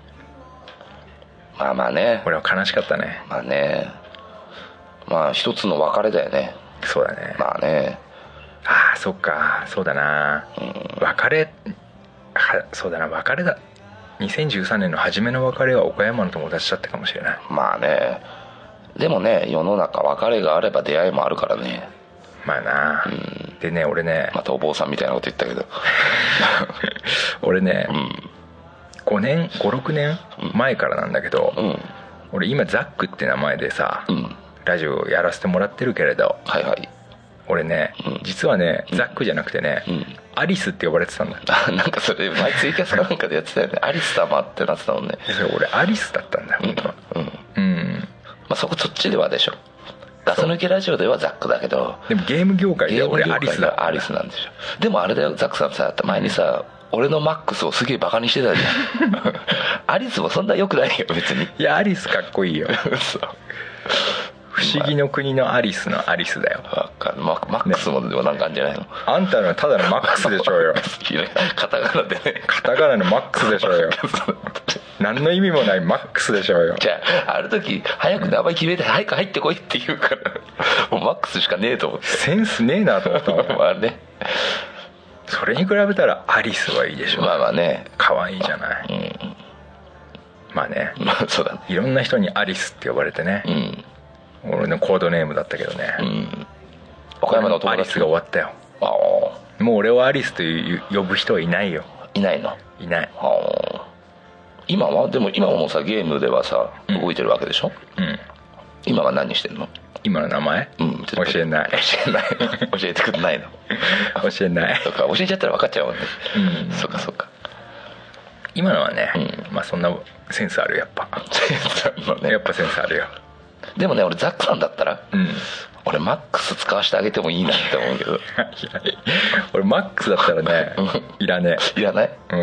まあまあね俺は悲しかったね。 まあねまあ一つの別れだよね。 そうだねまあねああそっかそうだな、うん、別れはそうだな別れだにせんじゅうさんねんの初めの別れは岡山の友達だったかもしれない。 まあねでもね世の中別れがあれば出会いもあるからね。 まあな、うん、でね俺ねまたお坊さんみたいなこと言ったけど俺ね、うん、ごねんごろくねんまえからなんだけど、うん、俺今ザックって名前でさ、うん、ラジオやらせてもらってるけれど、はいはい、俺ね、うん、実はねザックじゃなくてね、うん、アリスって呼ばれてたんだ。 なんかそれ前ツイキャスかなんかでやってたよねアリス様ってなってたもんね。 俺アリスだったんだよ本当は。うん、うんうんまあ、そこそっちではでしょ。ガス抜けラジオではザックだけどでもゲーム業界で俺アリスだ。 アリスなんでしょ。でもあれだよザックさんさ前にさ、うん、俺のマックスをすげえバカにしてたじゃんアリスもそんな良くないよ別に。 いやアリスかっこいいよそう不思議の国のアリスのアリスだよ。 マックスもでもなんかあるんじゃないの、ね、 あんたのはただのマックスでしょうよカタカナでねカタカナのマックスでしょうよ何の意味もないマックスでしょうよ。 じゃあある時早く名前決めて早く入ってこいって言うからもうマックスしかねえと思ってセンスねえなと思ったもんまあねそれに比べたらアリスはいいでしょ。 まあまあね可愛いじゃない、うん、まあねまあそうだねいろんな人にアリスって呼ばれてね、うん俺のコードネームだったけどね、うん、 岡山の友達アリスが終わったよ。あもう俺をアリスという呼ぶ人はいないよ。 いないの。 いない。 あ今はでも今もさゲームではさ動いてるわけでしょ、うん、今は何してんの今の名前、うん、教えない教えない教えてくれないの教えないそうか教えちゃったら分かっちゃうもんね、うん、そうかそうか今のはね、うん、まあそんなセンスあるやっぱセンスあるのねやっぱセンスあるよ。 でもね俺ザックさんだったら、うん、俺マックス使わせてあげてもいいなって思うけど俺マックスだったらねいらねえいらない、うんうん、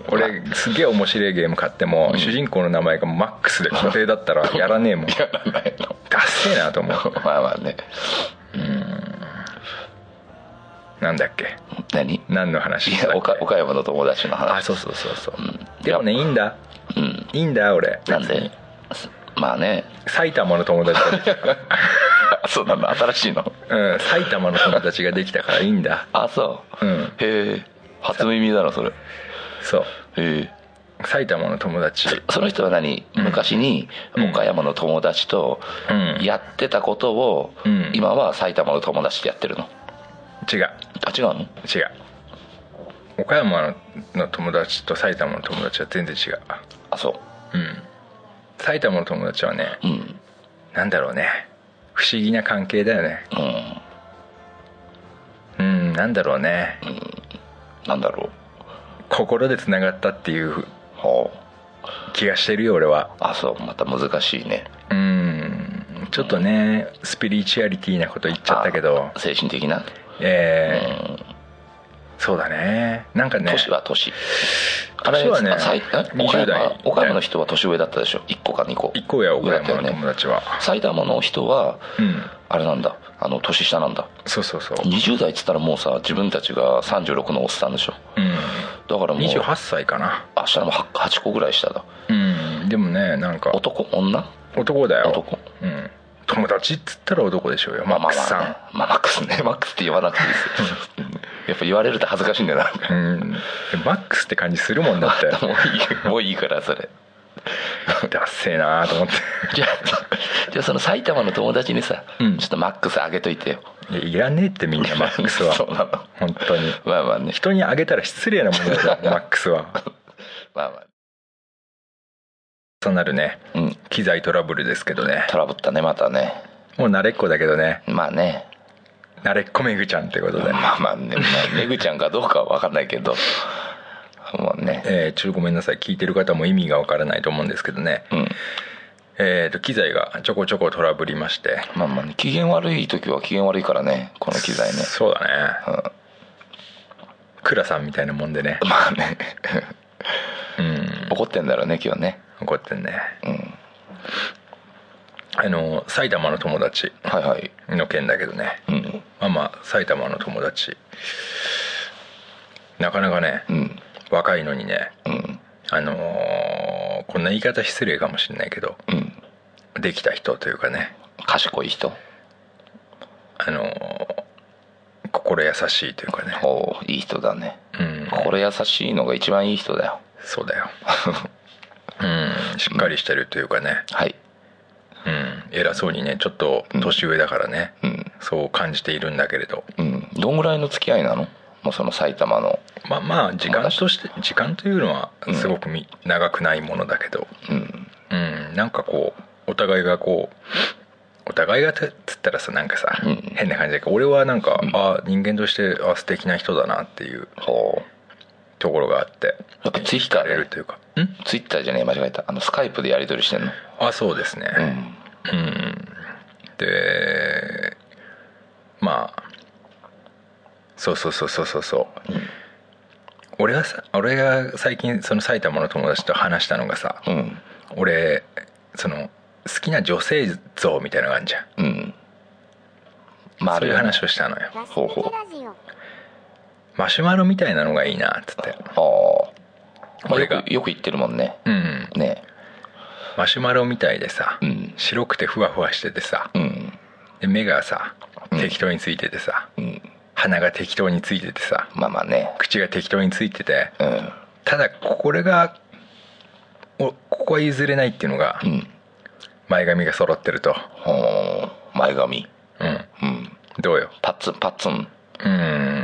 俺すげえ面白いゲーム買っても、うん、主人公の名前がマックスで固定だったらやらねえもんやらないのダッセーなと思うまあまあねうんなんだっけ何何の話だっけ。 岡, 岡山の友達の話。 あそうそうそうそう、うん、でもねいいんだ、うん、いいんだ俺。 なんでまあね埼玉の友達ができたからそうなの新しいの、 うん、埼玉の友達ができたからいいんだ。 あそう、うん、へえ初耳だなそれ。 そうへえ埼玉の友達そ, その人は何、うん、昔に岡山の友達とやってたことを、うん、今は埼玉の友達とやってるの。 違うあ違うの。違う岡山の友達と埼玉の友達は全然違う。 あそううん埼玉の友達はね、うん、なんだろうね不思議な関係だよね。うん、うん、なんだろうね、うん、 なんだろう心でつながったっていう気がしてるよ俺は。 あ、そうまた難しいね。 うん、ちょっとねスピリチュアリティなこと言っちゃったけど、 精神的な、 ええー、そうだね。なんかね、 年は年年はねにじゅう代。岡山の人は年上だったでしょ。いっこかにこいっこや岡山の友達は。 埼玉の人は、うん、あれなんだ、あの年下なんだ。 そうそうそう。 にじゅう代っつったらもうさ、自分たちがさんじゅうろくのおっさんでしょ、うん、だからもうにじゅうはっさいかな。 あ、したらもうはちこぐらい下だ。 うん、でもね、なんか男女男だよ。 男、 うん、友達っつったら男でしょうよ。マックスさん。 まあまあ、ね、まあ、マックスね。マックスって言わなくていいですよやっぱ言われると恥ずかしいんだよな、うん、 マックスって感じするもんだってもういいもういいからそれダッセーなと思ってじゃあじゃあその埼玉の友達にさ、うん、ちょっとマックスあげといてよ。 いや、いらねえってみんなマックスはそうなの本当に。 まあまあね、 人にあげたら失礼なもんだよマックスはまあまあそうなるね、うん、機材トラブルですけどね。 トラブったねまたね。 もう慣れっこだけどね。 まあね、 慣れっこめぐちゃんってことで、 まあまあね、まあ、めぐちゃんかどうかは分かんないけどもうね、 えー、ちょっとごめんなさい、聞いてる方も意味が分からないと思うんですけどね、うん、えーと機材がちょこちょこトラブりまして、 まあまあ、ね、機嫌悪い時は機嫌悪いからね、この機材ね。 そうだね、うん、倉さんみたいなもんでね。 まあねうん、 怒ってんだろうね今日ね。 怒ってんね。うん、あの埼玉の友達の件だけどね、はいはい、うん、まあまあ埼玉の友達なかなかね、うん、若いのにね、うん、あのー、こんな言い方失礼かもしれないけど、うん、できた人というかね、 賢い人、 あのー、心優しいというかね。 おいい人だね、うん、心優しいのが一番いい人だよ。 そうだようん、しっかりしてるというかね、 うん、はい、 うん、偉そうにね、ちょっと年上だからね、うん、そう感じているんだけれど、 うん、どんぐらいの付き合いなの？もうその埼玉の。 まあまあ時間として時間というのはすごくみ、うん、長くないものだけど、うんうん、なんかこうお互いがこうお互いがつったらさ、なんかさ、うん、変な感じだけど、俺はなんか、うん、あ人間としてあ素敵な人だなっていうところがあって、 やっぱツイッターでというか、んツイッターじゃねえ間違えた、あのスカイプでやり取りしてんの？ あ、そうですね、うん、うん、でまあそうそうそうそうそうそう、うん、俺がさ俺が最近その埼玉の友達と話したのがさ、うん、俺その好きな女性像みたいなのがあるじゃん、うん、まあ、そういう話をしたのよ。ほうほう、マシュマロみたいなのがいいなっつって。ああ、まあ、よくよく言ってるもんね。うん、ね、 マシュマロみたいでさ、うん、白くてふわふわしててさ、うん、で目がさ適当についててさ、うん、鼻が適当についててさ、 まあまあね、 口が適当についてて、うん、ただこれがおここは譲れないっていうのが、うん、前髪が揃ってると。 前髪、 うん、うん、どうよ？ パッツンパッツン、うん、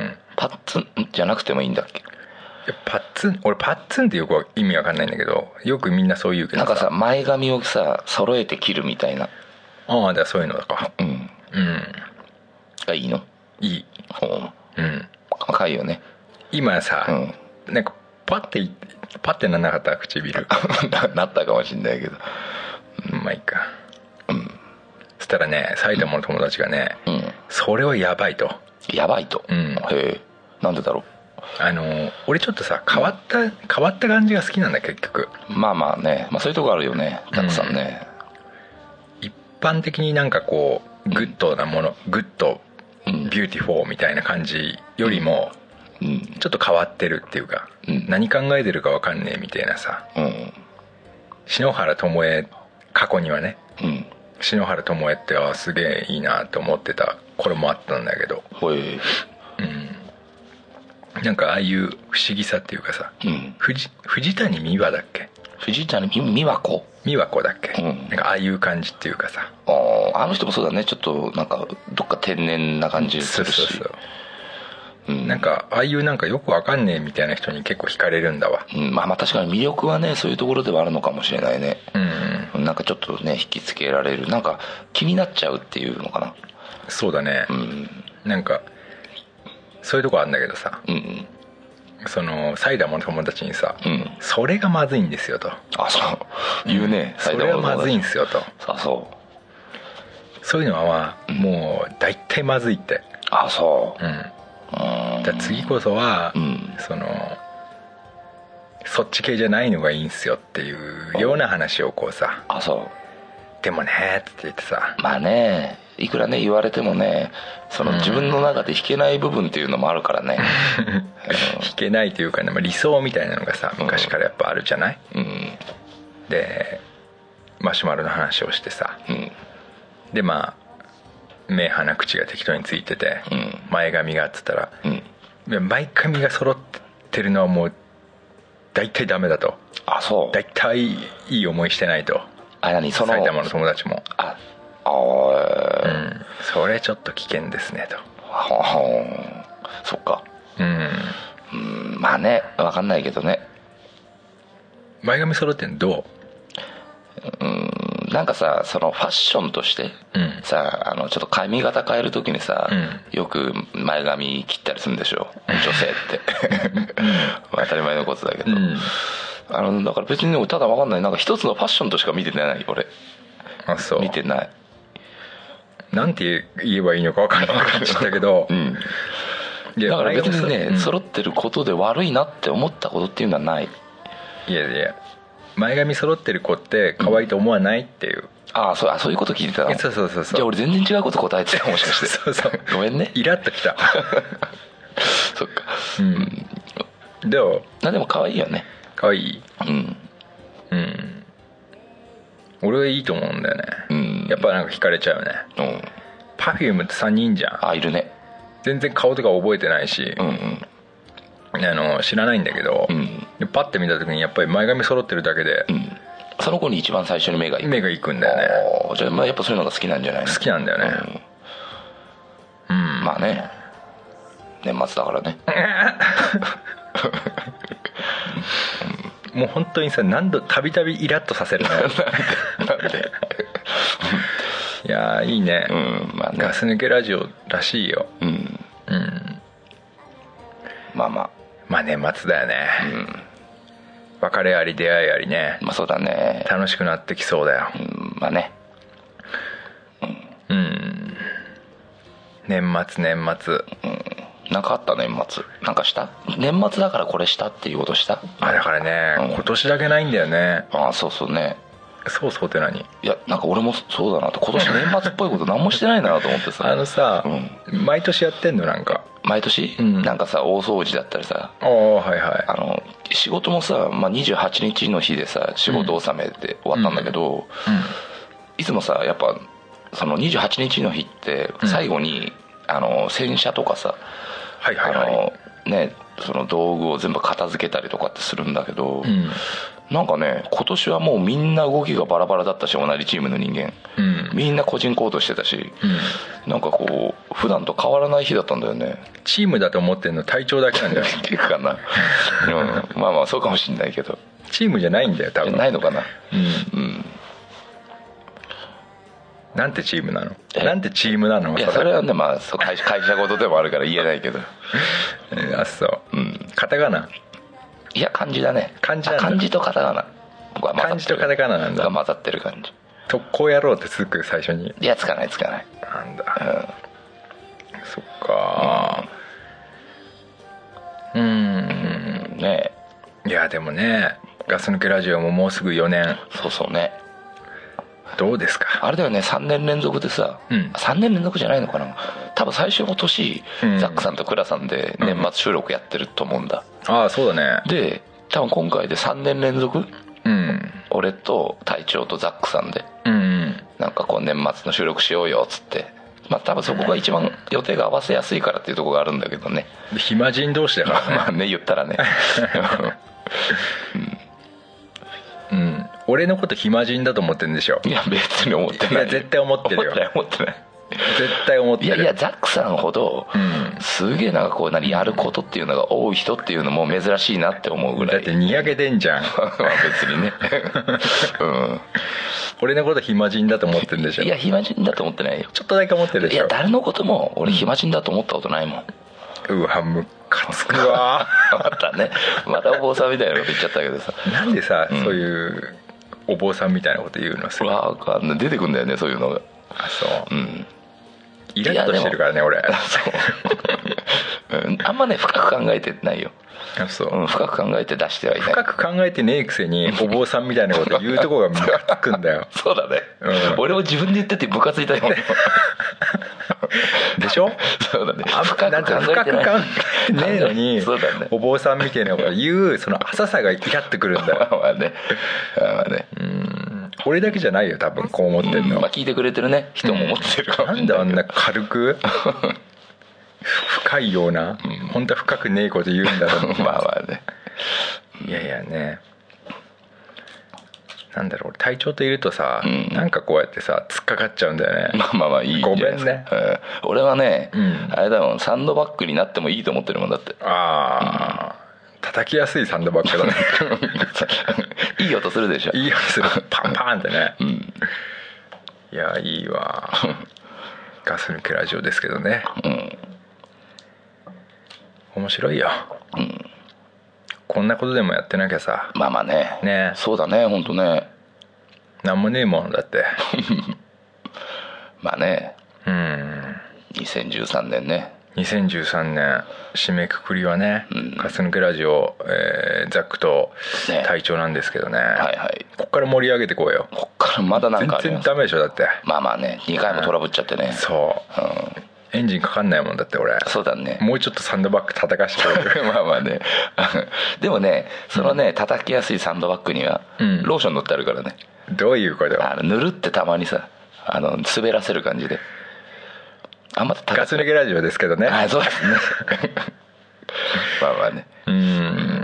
パッツンじゃなくてもいいんだっけ？ パッツン、俺パッツンってよく意味わかんないんだけど、よくみんなそう言うけどさ、 なんかさ前髪をさ揃えて切るみたいな。 ああ、だからそういうのだか。うん、うん、 がいいの？いい。ほう、うん、赤いよね今さ、うん、なんかパッてパッてなんなかった唇な, なったかもしんないけど、 うん、まあいいか。うん、そしたらね埼玉の友達がね、うん、それはやばいと。 やばいと、うん、へえ、なんでだろう。 あの俺ちょっとさ変わった、うん、変わった感じが好きなんだ結局。 まあまあね、まあ、そういうとこあるよねたくさんね、 うん、一般的になんかこうグッドなもの、うん、グッドビューティフォーみたいな感じよりも、うん、ちょっと変わってるっていうか、うん、何考えてるか分かんねえみたいなさ、うん、篠原ともえ過去にはね、うん、篠原ともえってあすげえいいなと思ってた頃もあったんだけど、ほい、うん、なんかああいう不思議さっていうかさ、うん、藤, 藤谷美和だっけ？ 藤谷美和子美和子だっけ、うん、なんかああいう感じっていうかさ、 ああの人もそうだね、ちょっとなんかどっか天然な感じするし、そうそうそう、 うん、なんかああいうなんかよくわかんねえみたいな人に結構惹かれるんだわ、 うん、まあまあ確かに魅力はねそういうところではあるのかもしれないね、うん、なんかちょっとね引きつけられる、なんか気になっちゃうっていうのかな。 そうだね、うん、なんかそういうとこあるんだけどさ、うん、 その埼玉の友達にさ、 うん、 それがまずいんですよと。 あ、そう言うね、 うん、それはまずいんですよと。 あ、そうそういうのはもう大体まずいって。 あ、そう、 うん、だ次こそは、うん、そのそっち系じゃないのがいいんすよっていうような話をこうさ、 あ、そうでもねって言ってさ、 まあね、いくらね言われてもね、その自分の中で弾けない部分っていうのもあるからね、うん、 弾けないというかね、まあ、理想みたいなのがさ昔からやっぱあるじゃない、うん、でマシュマロの話をしてさ、うん、でまあ目鼻口が適当についてて、うん、前髪がっつったら、うん、前髪が揃ってるのはもう大体ダメだと。 あ、そう大体いい思いしてないと。 あ、何その埼玉の友達も、 ああ、うん、 それちょっと危険ですねと。 はは、そっか、うん、うん、まあね、分かんないけどね。 前髪揃ってんのどう？うん、なんかさ、そのファッションとして、うん、さ、あのちょっと髪型変える時にさ、うん、よく前髪切ったりするんでしょ女性って当たり前のことだけど、うん、あのだから別にただ分かんない、なんか一つのファッションとしか見てない俺。 あ、そう。 見てない。 なんて言えばいいのか分からなくなっちゃったけど、うん、 だから別にね、うん、揃ってることで悪いなって思ったことっていうのはない。 いやいや、前髪揃ってる子って可愛いと思わないっていう、うん、 ああ、そう、あ、そういうこと聞いてたの。 そうそうそうそう。 じゃあ俺全然違うこと答えてた、もしかして。 そうそう、 ごめんね、 イラッときたそっか、 うん、どう？ な、でも可愛いよね。 可愛い、 うんうん、俺はいいと思うんだよね、うん、やっぱなんか惹かれちゃうね、うん、パフュームってさんにんいんじゃん。 あ、いるね。 全然顔とか覚えてないし、うんうん、あの知らないんだけど、うん、でパッて見た時にやっぱり前髪揃ってるだけで、うん、 その子に一番最初に目がいく。 目がいくんだよね。 じゃあまあやっぱそういうのが好きなんじゃないの？ 好きなんだよね、うん、うん、 まあね、年末だからねもう本当にさ、何度たびたびイラッとさせるねなんでいやいいね、 うん、まあね、 ガス抜けラジオらしいよ。うん、うん、 まあまあまあ年末だよね、うん、別れあり出会いありね。 まあそうだね、 楽しくなってきそうだよ、 うん、まあね、 うん、うん、年末年末、 うん、なんかあった年末、なんかした年末だからこれしたっていうことした？ あ、だからね、うん、今年だけないんだよね。 ああ、そうそうね。 そうそうって何？ いや、なんか俺もそうだなと、今年年末っぽいこと何もしてないなと思ってさあのさ、うん、毎年やってんの？なんか毎年、うん、なんかさ大掃除だったりさ、 ああ、はいはい、 あの仕事もさ、まあ、にじゅうはちにちの日でさ仕事納めで終わったんだけど、うんうん、いつもさやっぱそのにじゅうはちにちの日って最後に、うん、あの洗車とかさ、はいはいはい、あのね、その道具を全部片付けたりとかってするんだけど、うん、なんかね今年はもうみんな動きがバラバラだったし、同じチームの人間、うん、みんな個人行動してたし、うん、なんかこう普段と変わらない日だったんだよね。 チームだと思ってんの体調だけなんだよっていうかな、うん、まあまあそうかもしんないけどチームじゃないんだよ多分。 ないのかな、うん、うん、 なんてチームなの？なんてチームなの？ いやそれはね、まあ会社会社ごとでもあるから言えないけどあ、そう、うん、カタカナ？ いや漢字だね。 漢字なんだ。 漢字とカタカナ、僕は漢字とカタカナなんだ。 が混ざってる感じ。 特攻やろうってつく最初に？ いやつかないつかない。 なんだ、うん、そっか、うん、うんね。いやでもね、ガス抜けラジオももうすぐよねん。 そうそうね。 どうですか？あれだよね、さんねん連続でさ、うん、さんねん連続じゃないのかな、多分最初の年、うん、ザックさんとクラさんで年末収録やってると思うんだ、 うん、ああそうだね。 で多分今回でさんねん連続、うん、俺と隊長とザックさんで、うん、なんかこう年末の収録しようよっつって、まあ多分そこが一番予定が合わせやすいからっていうところがあるんだけどね。 暇人同士だからねまあね、言ったらねうん、うん、俺のこと暇人だと思ってるんでしょ？ いや別に思ってない。 いや絶対思ってるよ。 思ってない思ってない絶対思ってる。 いやいやザックさんほど、うん、すげえなんかこう何やることっていうのが多い人っていうのも珍しいなって思うぐらい。 だってにやけてんじゃんまあ別にね、うん、 俺のこと暇人だと思ってるんでしょ？ いや暇人だと思ってないよ。 ちょっとだけ思ってるでしょ？ いや誰のことも俺暇人だと思ったことないもん、 うわムカつくわまたねまたお坊さんみたいなこと言っちゃったけどさ、 なんでさ、うん、そういうお坊さんみたいなこと言うのさ、 わかんない、出てくんだよねそういうのが。 あそう、うん、イラッとしてるからね俺そう、うん、あんまね深く考えてないよ。 あそう、 うん、深く考えて出してはいない。 深く考えてねえくせにお坊さんみたいなこと言うとこがムカつくんだよそうだね、うん、俺も自分で言っててムカついたよでしょ。 そうだね、 深く考えてないねえのにそうだ、ね、お坊さんみたいなこと言うその浅さがイラッとくるんだよまあね、まあね、 うん、俺だけじゃないよ多分こう思ってんの、 うん、まあ聞いてくれてるね人も思ってるかもしれない、うん、 なんであんな軽く深いような、うん、本当は深くねえこと言うんだろうまあまあね、 いやいやね、なんだろう俺隊長といるとさ、うん、なんかこうやってさ突っかかっちゃうんだよね。 まあまあまあいいごめんね、 うん、俺はね、うん、あれだもんサンドバッグになってもいいと思ってるもんだって。 ああ、うん、叩きやすいサンドバッグだねいい音するでしょ。 いい音するパンパンってね、うん、いやいいわガス抜けラジオですけどね、うん、面白いよ、うん、こんなことでもやってなきゃさ。 まあまあね、 ね、 そうだね、本当ね、 なんもねえもんだってまあね、 うん、 にせんじゅうさんねんね、 にせんじゅうさんねん締めくくりはね、うん、ガス抜けラジオ、えー、ザックと隊長なんですけどね、はいはい、こっから盛り上げてこうよ。 こっからまだなんかあります。 全然ダメでしょだって。まあまあね、にかいもトラブっちゃってね、 うん、そう、うん、エンジンかかんないもんだって俺。 そうだね、 もうちょっとサンドバッグ叩かしてくれるまあまあねでもねそのね、うん、叩きやすいサンドバッグには、うん、ローション塗ってあるからね。 どういうこと？ あの塗るってたまにさ、あの滑らせる感じで。あんまガス抜けラジオですけどね。 あ、そうですねまあまあね、 うん、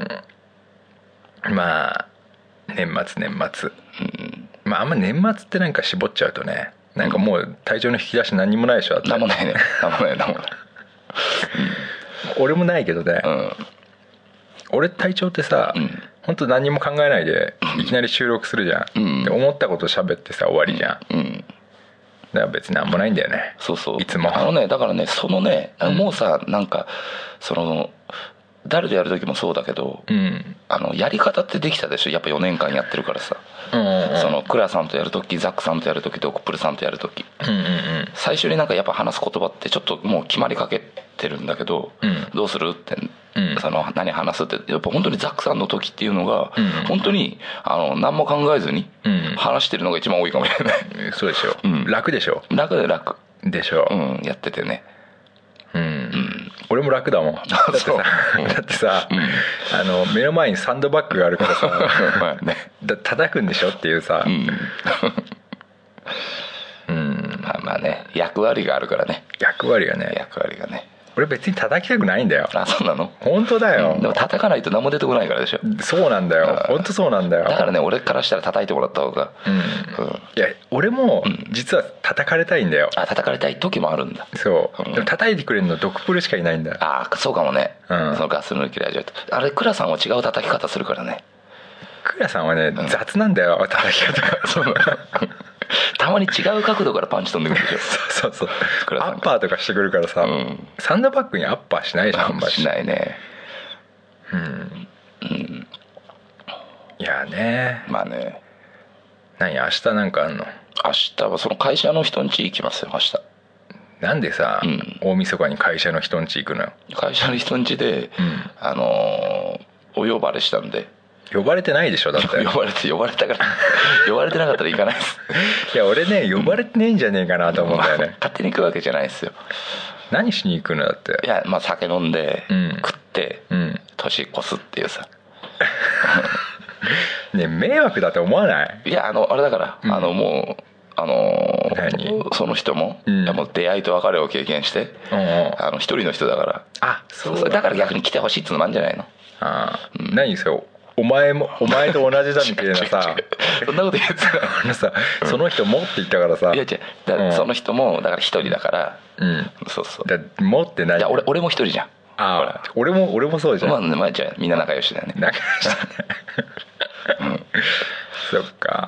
まあ年末年末、うん、まああんま年末ってなんか絞っちゃうとね、なんかもう体調の引き出し何もないでしょ。 何もないね、何もない何もない俺もないけどね、うん、俺体調ってさ、うん、本当何も考えないでいきなり収録するじゃん、うん、で思ったこと喋ってさ終わりじゃん、うんうん、だから別になんもないんだよね。 そうそう、 いつもあのね、だからねそのね、うん、もうさなんかその誰とやる時もそうだけど、うん、あのやり方ってできたでしょ、やっぱよねんかんやってるからさ、うんうんうん、そのクラさんとやる時、ザックさんとやる時、ドクプルさんとやる時、うんうんうん、最初になんかやっぱ話す言葉ってちょっともう決まりかけてるんだけど、うん、どうするって、うん、その何話すってやっぱ本当にザックさんの時っていうのが、うんうん、本当にあの何も考えずに話してるのが一番多いかもしれない、 うん、そうでしょ、うん、楽でしょ。 楽で楽でしょ、 うん、やっててね、 うん、うん、俺も楽だもん。だってさ、だってさ、うん、あの目の前にサンドバッグがあるからさまあ、ね、だ叩くんでしょっていうさ、うんうん、まあまあね、役割があるからね。 役割がね、 役割がね。 俺別に叩きたくないんだよ。 あ、そうなの？ 本当だよ、 うん、でも叩かないと何も出てこないからでしょ。 そうなんだよ、本当そうなんだよ。 だからね、俺からしたら叩いてもらった方が、うんうん、 いや俺も実は叩かれたいんだよ、 うん、あ、叩かれたい時もあるんだ。 そう、うん、でも叩いてくれるのドクプルしかいないんだ。 ああ、そうかもね、うん、そのガス抜きラジオってあれ、クラさんは違う叩き方するからね。 クラさんはね、うん、雑なんだよ叩き方がそうたまに違う角度からパンチ飛んでくるでしょそうそうそう、アッパーとかしてくるからさ、うん、サンドバッグにアッパーしないじゃん。あんまりしないね。 うん、うん、いやね、 まあね。 何明日なんかあんの？ 明日はその会社の人ん家行きますよ明日。 なんでさ、うん、大晦日に会社の人ん家行くのよ。会社の人ん家で、うん、あのー、お呼ばれしたんで。 呼ばれてないでしょだって呼ばれて呼ばれたから呼ばれてなかったら行かないですいや俺ね呼ばれてねえんじゃねえかなと思うんだよね、 まあ、勝手に行くわけじゃないですよ。 何しに行くのだって。 いや、まあ酒飲んで、うん、食って、うん、年越すっていうさねえ迷惑だと思わない？ いや、あのあれだから、うん、あのもうあのー、その人も、うん、いやもう出会いと別れを経験して、うん、あの一人の人だから。 あ、 そうだ、だから逆に来てほしいっつうのもあるんじゃないの？ あ、うん、何それ、お前もお前と同じだみたいなさそんなこと言ってたさ、その人もって言ったからさ、 いや違う、だからその人もだから一人だから、うん、そうそう、 だもってない。 いや 俺, 俺も一人じゃん。 ああ、俺も俺もそうじゃん。 まあ、まあ、じゃあみんな仲良しだよね。 仲良しだね、うん、そっか。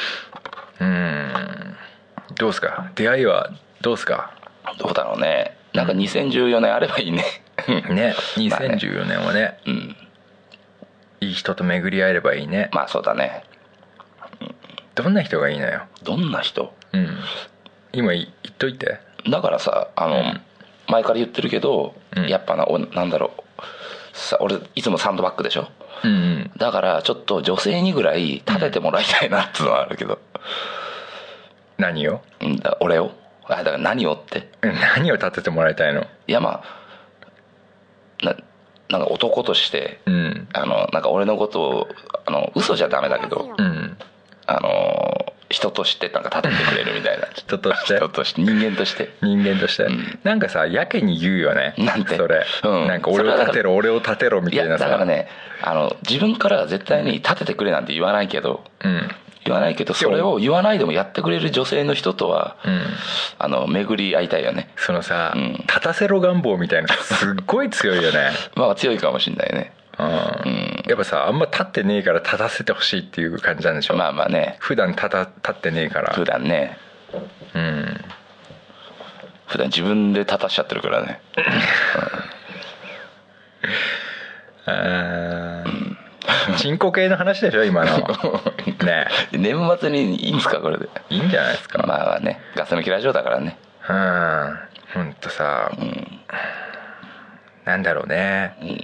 うん、うん、どうすか出会いはどうすか？ どうだろうね。 なんかにせんじゅうよねんあればいいねね、にせんじゅうよねんはね、うん、いい人と巡り合えればいいね。 まあそうだね、 うん、どんな人がいいのよ。 どんな人、 うん、今言っといて。 だからさ、あの、うん、前から言ってるけど、うん、やっぱな、なんだろうさ、俺いつもサンドバッグでしょ、うんうん、だからちょっと女性にぐらい立ててもらいたいなっていうのはあるけど、 うん、何を？ だ俺をあだから何をって何を立ててもらいたいの？ いやまあななんか男として、うん、あのなんか俺のことをあの嘘じゃダメだけど、うん、あの人としてなんか立ててくれるみたいな人として人として人間として人間として、うん、なんかさやけに言うよね。 なんてそれ、うん、なんか俺を立てろ俺を立てろみたいなさ。 いやだからね、あの自分から絶対に立ててくれなんて言わないけど、うん、言わないけどそれを言わないでもやってくれる女性の人とは、うん、あの巡り合いたいよね。 そのさ、うん、立たせろ願望みたいなすっごい強いよねまあ強いかもしんないね。 うん、やっぱさあんま立ってねえから立たせてほしいっていう感じなんでしょ。 まあまあね、 普段立た立ってねえから。 普段ね、うん、普段自分で立たしちゃってるからねあチンコ系の話でしょ今のね。 年末にいいんですかこれで。 いいんじゃないですか。 まあね、ガス抜きラジオだからね。 うんほんとさ、うん、なんだろうね、うん、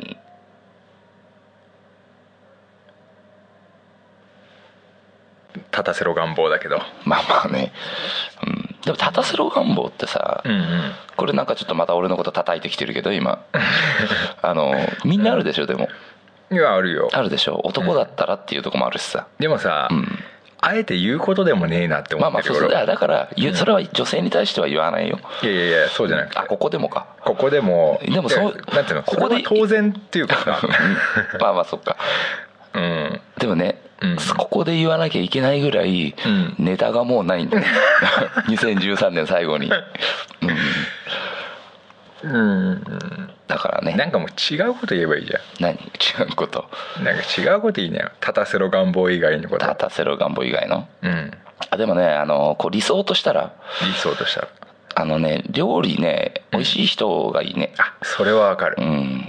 立たせろ願望だけど。 まあまあね、うん、でも立たせろ願望ってさ、うんうん、これなんかちょっとまた俺のこと叩いてきてるけど今あのみんなあるでしょ。でもいやあるよ。 あるでしょ。男だったらっていうとこもあるしさ、 うん、でもさ、うん、あえて言うことでもねえなって思ってる。まあまあそうそうだだから、うん、それは女性に対しては言わないよ。 いやいやいやそうじゃなくて、 あここでもかここでもでもそうなんていうのここで当然っていうかさまあまあそっか、うん、でもね、うん、ここで言わなきゃいけないぐらいネタがもうないんだよにせんじゅうさんねん最後に、うん、うんだからね。 なんかもう違うこと言えばいいじゃん。 何違うこと？ なんか違うこと言いなよ。立たせろ願望以外のこと。 立たせろ願望以外の、うん、あでもね、あのこう理想としたら理想としたらあのね料理ね美味しい人がいいね、 うん、あそれはわかる、うん、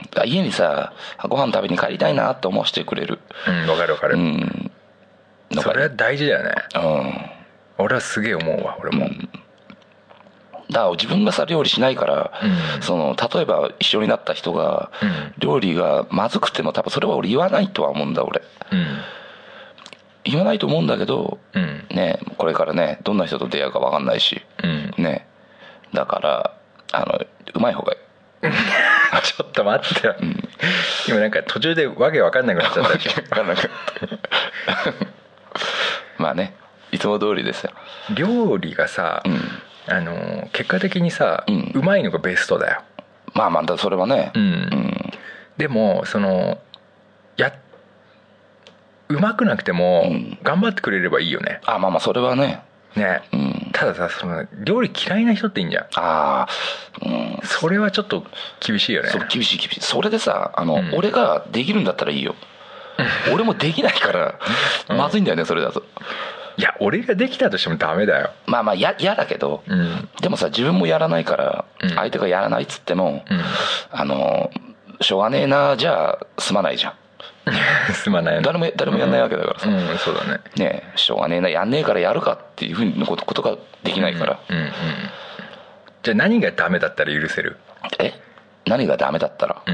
家にさご飯食べに帰りたいなって思わせてくれる。 うんわかるわかる、うん、それは大事だよね。うん俺はすげえ思うわ俺も、うんだから自分がさ料理しないから、うん、その例えば一緒になった人が、うん、料理がまずくても多分それは俺言わないとは思うんだ俺、うん、言わないと思うんだけど、うん、ねこれからねどんな人と出会うか分かんないし、うん、ねだからあのうまい方がいいちょっと待って、うん、今なんか途中でわけ分かんなくなっちゃったでしょ分かんなくなったまあねいつも通りですよ。 料理がさ、うんあの結果的にさ、うん、うまいのがベストだよ。 まあまあそれはね、うんうん、 でもそのやうまくなくても、うん、頑張ってくれればいいよね。 あまあまあそれはねね、うん、たださその料理嫌いな人っていいんじゃん。あ、うん、それはちょっと厳しいよね。 そう厳しい厳しい。それでさあの、うん、俺ができるんだったらいいよ俺もできないからまずいんだよねそれだと。 いや俺ができたとしてもダメだよ。 まあまあ嫌だけど、うん、でもさ自分もやらないから、うん、相手がやらないっつっても、うん、あのしょうがねえなじゃあすまないじゃんすまないな。 誰も誰もやんないわけだからさ、 うんうん、そうだね。 ねしょうがねえなやんねえからやるかっていうふうにことことができないから、うんうんうん、 じゃあ何がダメだったら許せる？ え何がダメだったら、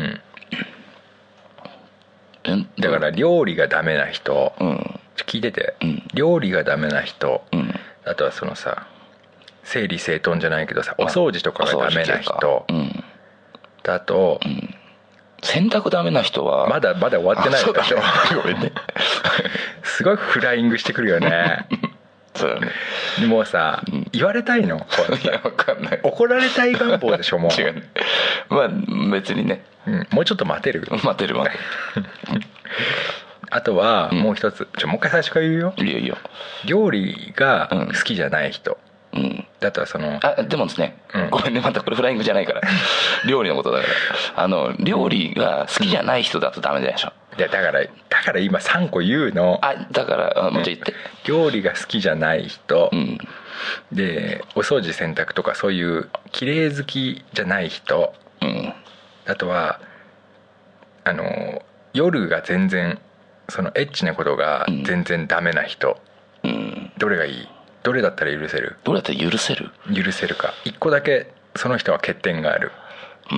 うん、だから料理がダメな人、うん聞いてて、うん、料理がダメな人、うん、あとはそのさ整理整頓じゃないけどさお掃除とかがダメな人、うん、あと、うん、 洗濯ダメな人はまだまだ終わってないでしょごめんねすごいフライングしてくるよねそうだね。 もうさ、うん、言われたいのいや分かんない。 怒られたい願望でしょもう。 違う、ね、まあ別にね、 うん、もうちょっと待てる待てる待てるあとはもう一つ、うん、ちょもう一回最初から言うよ。 いいよいいよ。 料理が好きじゃない人、うん、だったらそのあでもですね、うん、ごめんねまたこれフライングじゃないから料理のことだからあの料理が好きじゃない人だとダメでしょ。 いやだからだから今さんこ言うの。 あだからもうちょい言って、 うん、料理が好きじゃない人、うん、 でお掃除洗濯とかそういう綺麗好きじゃない人、うん、あとはあの夜が全然そのエッチなことが全然ダメな人、うん、どれがいい？どれだったら許せる？ どれだったら許せる？ 許せるか。一個だけその人は欠点がある。うん。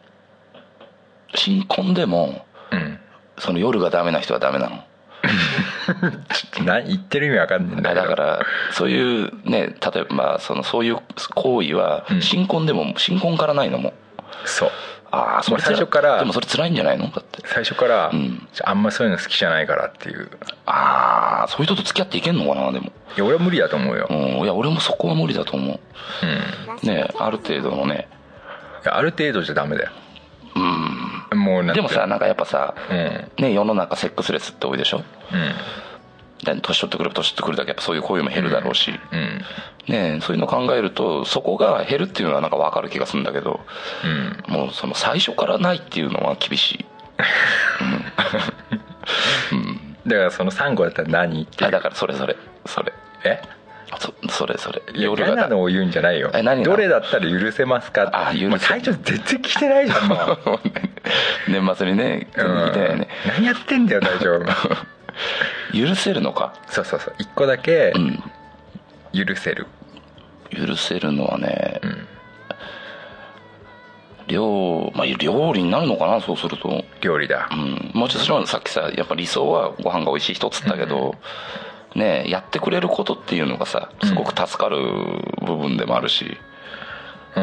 新婚でも、うん、その夜がダメな人はダメなの？ 何言ってる意味わかんないんだけど。 だからそういうね、例えばまあそのそういう行為は新婚でも、うん、新婚からないのも。 そう。 ああ、それ最初からでもそれ辛いんじゃないの？だって最初から、うん、あんまそういうの好きじゃないからっていう。 ああ、そういう人と付き合っていけんのかな。でもいや俺は無理だと思うよ。 うん、いや俺もそこは無理だと思う。うん、ね、ある程度のね。 いやある程度じゃダメだよ。うん。もうなんでもさ、なんかやっぱさ、うん、ね、世の中セックスレスって多いでしょ。うん。年取ってくる年取ってくるだけやっぱそういう行為も減るだろうし、うんうん、ね、そういうのを考えるとそこが減るっていうのはなんか分かる気がするんだけど、うん、もうその最初からないっていうのは厳しい、 うんうん、だからそのさんこだったら何っていう。 あ、だからそれそれそれえそ, それそれ夜が嫌なのを言うんじゃないよ。どれだったら許せますかって。あ、許せ。もう隊長全然聞いてないじゃんもう年末にね聞いてないね、 うん、何やってんだよ隊長許せるのか。 そうそうそう、一個だけ許せる、 うん、許せるのはね、うん、料、まあ、料理になるのかな。そうすると料理だ、 うん、もうちょっとさっきさやっぱ理想はご飯が美味しい人っつったけど、うん、ね、やってくれることっていうのがさすごく助かる部分でもあるし、うん、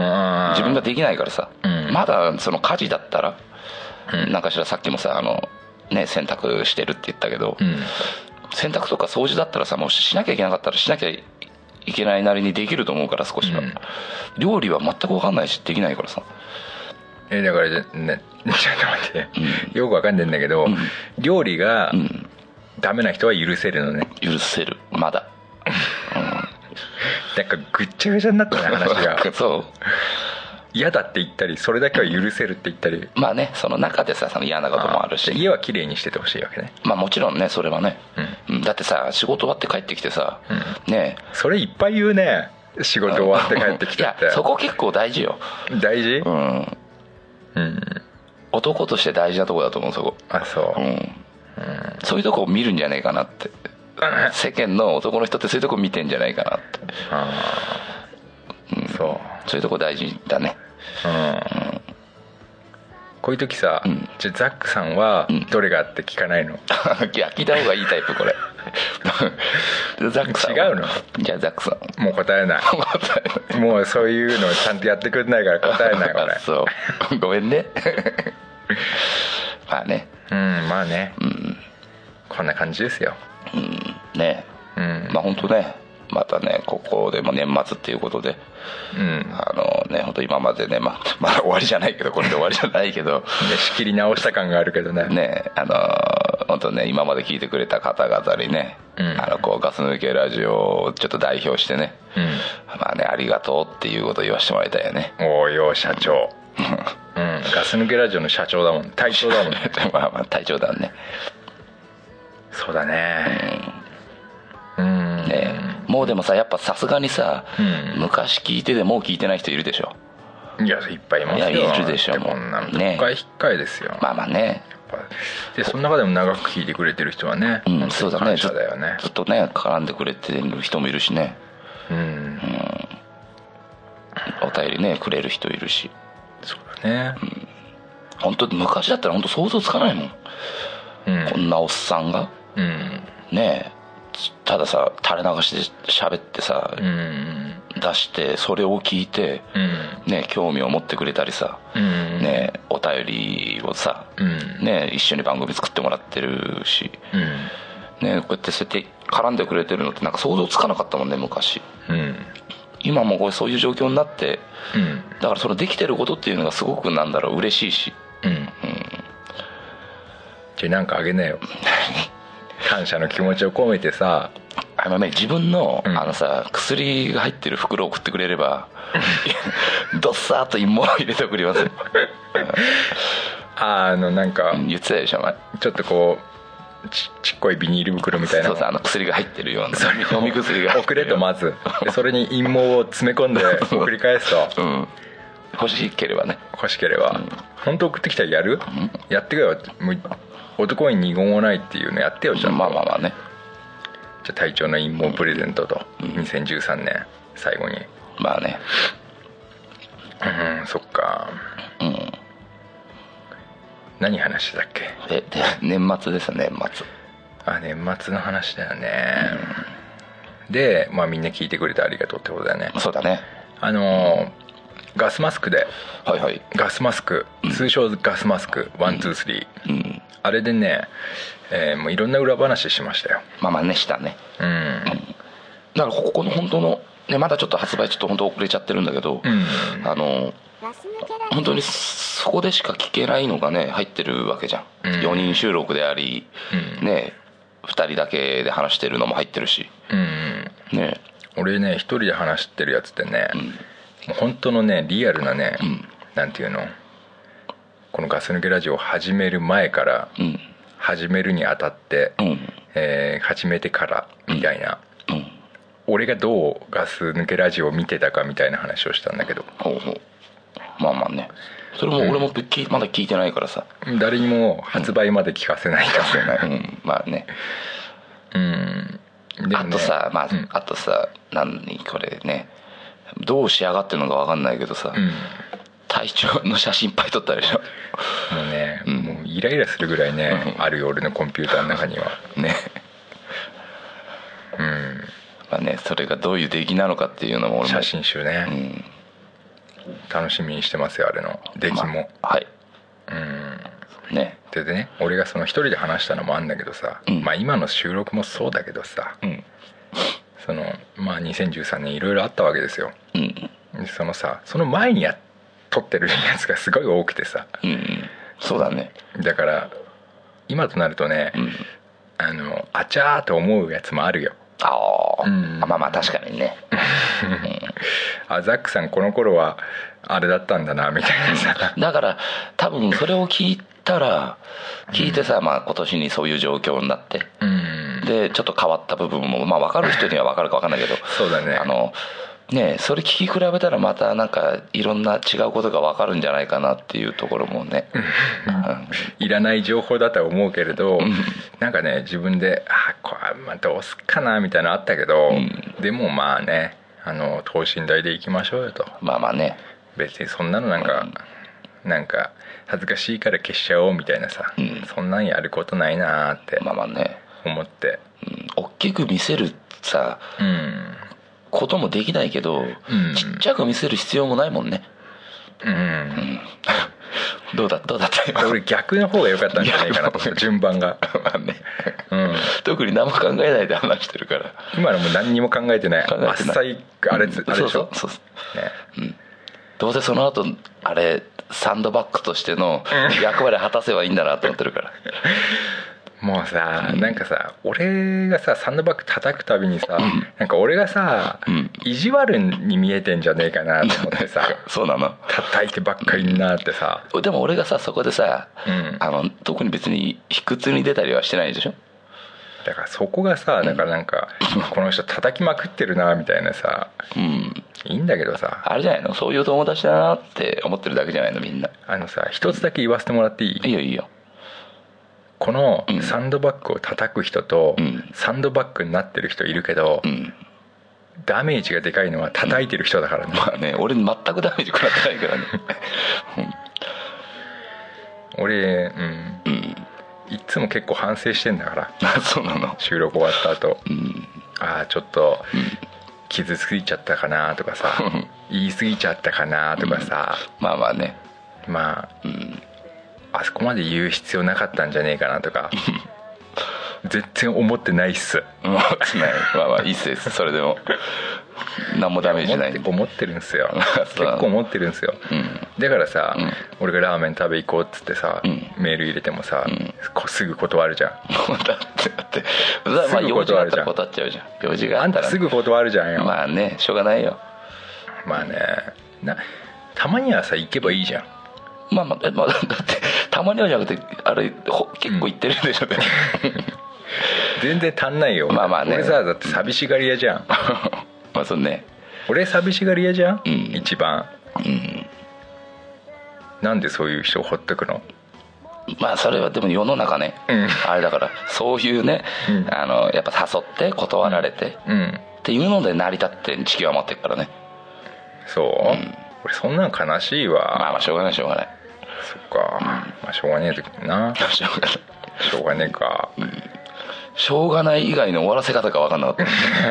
自分ができないからさ、うん、まだその家事だったら、うん、なんかしらさっきもさあのね、洗濯してるって言ったけど、うん、洗濯とか掃除だったらさもうしなきゃいけなかったらしなきゃいけないなりにできると思うから少しは、うん、料理は全く分かんないしできないからさ。 えだからね、ちょっと待って、うん、よく分かんないんだけど、うん、料理がダメな人は許せるのね。 許せるまだ、 うん、なんかぐっちゃぐちゃになったね話がそう嫌だって言ったりそれだけは許せるって言ったり、 まあねその中でさその嫌なこともあるし、 家はきれいにしててほしいわけね。 まあもちろんねそれはね、うん、だってさ仕事終わって帰ってきてさ、うん、ねそれいっぱい言うね。仕事終わって帰ってきてって。いやそこ結構大事よ。 大事？ うん、うん、男として大事なとこだと思うそこ。 あそう、うんうん、 そういうとこを見るんじゃないかなって世間の男の人ってそういうとこ見てんじゃないかなって。あ、うん、そうそういうとこ大事だね。うんうん、 こういう時さ、うん、じゃあザックさんはどれがって聞かないの？いや聞いた方がいいタイプこれザックさん違うの？ じゃあザックさんもう答えないもうそういうのちゃんとやってくれないから答えない俺そうごめんねまあね、 うんまあね、うん、こんな感じですよ、 うん、ね、うん、まあ本当ねまたねここでも年末っていうことで、うん、あのね本当今までね、まあ、まだ終わりじゃないけどこれで終わりじゃないけど仕切り直した感があるけどねねあの本当ね今まで聞いてくれた方々にね、うん、あのこうガス抜けラジオをちょっと代表してね、うん、まあねありがとうっていうことを言わせてもらいたいよね。 おおよ社長、うん、ガス抜けラジオの社長だもん隊長だもんねまあまあ隊長だね。 そうだね、 うん、うんねもうでもさやっぱさすがにさ、うん、昔聞いてでもう聞いてない人いるでしょ。 いやいっぱいいますよ。 いやいるでしょ。 でもこんなの一回一回ですよ、 ね、まあまあねでその中でも長く聞いてくれてる人はね、 うん、そうだね感謝だよね。 ずっとね絡んでくれてる人もいるしね、うん、うん、お便りねくれる人いるし。 そうだね、うん、 本当昔だったら本当想像つかないもん、うん、こんなおっさんが、うん、ねえたださ垂れ流して喋ってさ、うん、出してそれを聞いて、うんね、興味を持ってくれたりさ、うんね、お便りをさ、うんね、一緒に番組作ってもらってるし、うんね、こうやってそうやって絡んでくれてるのってなんか想像つかなかったもんね昔、うん、今もこうそういう状況になって、うん、だからそのできてることっていうのがすごくなんだろう嬉しいし、うんうん、 じゃあなんかあげなよ感謝の気持ちを込めてさあのね自分の、うん、あのさ薬が入ってる袋を送ってくれればどっさーっと陰謀を入れて送りますよああのなんか、 うん、言ってたでしょ前ちょっとこうち, ちっこいビニール袋みたいな、 そうそう、あの薬が入ってるような飲み薬が送れと、まずでそれに陰謀を詰め込んで送り返すと、うん、 欲しければね、 欲しければ、うん、本当送ってきたらやる、うん、やってくよ、もう男に二言もないっていうのやってよ、じゃあ。 まあまあまあね。 じゃあ隊長の陰謀プレゼントと、うん、にせんじゅうさんねん最後に。 まあね、 うん、そっか、うん、何話してたっけ。 えで年末です年末。 あ、年末の話だよね、うん、で、まあ、みんな聞いてくれてありがとうってことだよね。 そうだね。 あのー、ガスマスクで、 はいはい、 ガスマスク、通称ガスマスクワンツースリー、うん、あれでね、えー、もういろんな裏話しましたよ。 まあまあね、したね、うん、うん、だからここの本当の、ね、まだちょっと発売ちょっと本当遅れちゃってるんだけど、うん、あの本当にそこでしか聞けないのがね入ってるわけじゃん、うん、よにん収録であり、うん、ね、ふたりだけで話してるのも入ってるし、うん、 ね、俺ね一人で話してるやつってね、うん、もう本当のねリアルなね、うん、なんていうの、このガス抜けラジオを始める前から、うん、始めるにあたって、うん、えー、始めてからみたいな、うんうん、俺がどうガス抜けラジオを見てたかみたいな話をしたんだけど、 ほうほう、まあまあね、それも俺もまだ聞いてないからさ、 うん、誰にも発売まで聞かせないかもしれない、 うん、まあね、うん、でもね、あとさ、まあ、うん、あとさ、何これね、どう仕上がってるのか分かんないけどさ、うん、隊長の写真いっぱい撮ったでしょ。 もうね、うん、もうイライラするぐらいね、うん、あるよ俺のコンピューターの中にはね、うん、まあね、それがどういう出来なのかっていうのも俺も写真集ね、うん、楽しみにしてますよ、あれの出来も、 まあ、はい、 うんね、でね、俺がその一人で話したのもあんだけどさ、うん、まあ今の収録もそうだけどさ、うん、そのまあにせんじゅうさんねんいろいろあったわけですよ、うん、でそのさ、その前にや撮ってるやつがすごい多くてさ、 うん、そうだね、 だから今となるとね、うん、あのあちゃーと思うやつもあるよ。 あ、うん、あ、まあまあ確かにねあ、ザックさんこの頃はあれだったんだなみたいなさ、 だから多分それを聞いたら聞いてさ、まあ、今年にそういう状況になって、うん、でちょっと変わった部分も、まあ、分かる人には分かるか分かんないけどそうだね、 あのね、それ聞き比べたらまたなんかいろんな違うことが分かるんじゃないかなっていうところもねいらない情報だとは思うけれど、なんかね自分であこれ、まあ、どうすっかなみたいなのあったけど、うん、でもまあね、あの等身大でいきましょうよと。 まあまあね、 別にそんなのなんか、うん、なんか恥ずかしいから消しちゃおうみたいなさ、うん、そんなんやることないなってまあまあね思って、 うん、大きく見せるさ、うん、こともできないけど、うん、ちっちゃく見せる必要もないもんね。うん、うん、どうだどうだった俺逆の方が良かったんじゃないかなと思う順番がまあね、うん、特に何も考えないで話してるから今のも何にも考えてない、 考えてない、 あっさいあれ、うん、あれでしょ、 そうそうそう、ね、うん、どうせその後あれサンドバッグとしての役割果たせばいいんだなと思ってるからもうさ、うん、なんかさ俺がさサンドバッグ叩くたびにさ、うん、なんか俺がさ、うん、意地悪に見えてんじゃねえかなと思ってさそうなの、 叩いてばっかりになってさ、 でも俺がさそこでさ、うん、あの特に別に卑屈に出たりはしてないでしょ。 だからそこがさ、だからなんか、うん、この人叩きまくってるなみたいなさ、うん、いいんだけどさ、 あれじゃないの、そういう友達だなって思ってるだけじゃないのみんな。 あのさ一つだけ言わせてもらっていい？ いいよいいよ。 このサンドバッグを叩く人と、うん、サンドバッグになってる人いるけど、うん、ダメージがでかいのは叩いてる人だからね、 うん、まあね、俺全くダメージ食らってないからね俺、うん、うん、いつも結構反省してんだからあ、そうなの、 収録終わった後、うん、ああちょっと傷ついちゃったかなとかさ言い過ぎちゃったかなとかさ、 うん、まあまあね、 まあ、うん、あそこまで言う必要なかったんじゃねえかなとか全然思ってないっすまあまあいいっすそれでも何もダメージない思って思ってるんですよ結構思ってるんですよ、うん、だからさ、うん、俺がラーメン食べ行こうっつってさ、うん、メール入れてもさ、うん、すぐ断るじゃんだってだってまあ用事があったら断っちゃうじゃん。用事があったら、 あんたすぐ断るじゃんよ。 まあね、しょうがないよ。 まあね、なたまにはさ行けばいいじゃん。 まあまあ、まあ、だってたまにはじゃなくてあれ結構行ってるんでしょ、ね、 全然足んないよ。 まあまあね、 俺さだって寂しがり屋じゃんまあそうね、 俺寂しがり屋じゃん、 うん、 一番、うん、なんでそういう人をほっとくの。 まあそれはでも世の中ね、うん、あれだからそういうね、うん、あのやっぱ誘って断られて、うん、っていうので成り立って地球は回ってるからね。 そう、うん、俺そんなん悲しいわ。 まあまあしょうがないしょうがない。 そっか、うん、まあしょうがねえ時になしょうがないしょうがねえか、うん、 しょうがない以外の終わらせ方が分かんなかった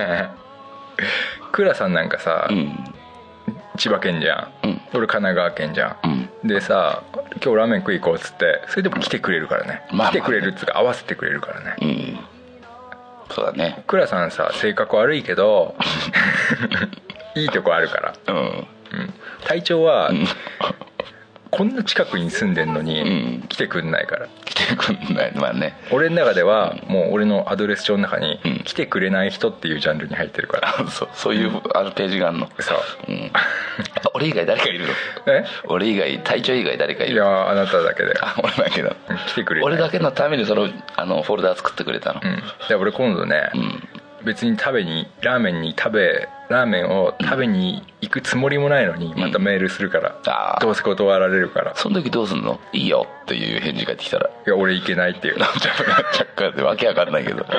倉さんなんかさ、うん、千葉県じゃん、うん、俺神奈川県じゃん、うん、でさ今日ラーメン食い行こうっつってそれでも来てくれるからね、まあまあ、来てくれるっつうか合わせてくれるからね、うん、 そうだね。 倉さんさ性格悪いけどいいとこあるから、うんうん、体調は、うんこんな近くに住んでんのに来てくんないから、うん、 来てくんない。まあね、 俺の中ではもう俺のアドレス帳の中に来てくれない人っていうジャンルに入ってるから、 うん、そうそういうあるページがあるの。そう、うん、俺以外誰かいるの。え俺以外隊長以外誰かいる。 いやあなただけで。 あ俺だけだ、 うん、来てくれない。 俺だけのためにそのあのフォルダー作ってくれたの、うん、 で俺今度ね、うん別に食べにラーメンに食べラーメンを食べに行くつもりもないのにまたメールするから、うん、どうせ断られるから。 その時どうすんの。いいよっていう返事返ってきたら、 いや俺行けないっていう若干でわけわかんないけど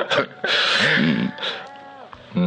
うん、うん、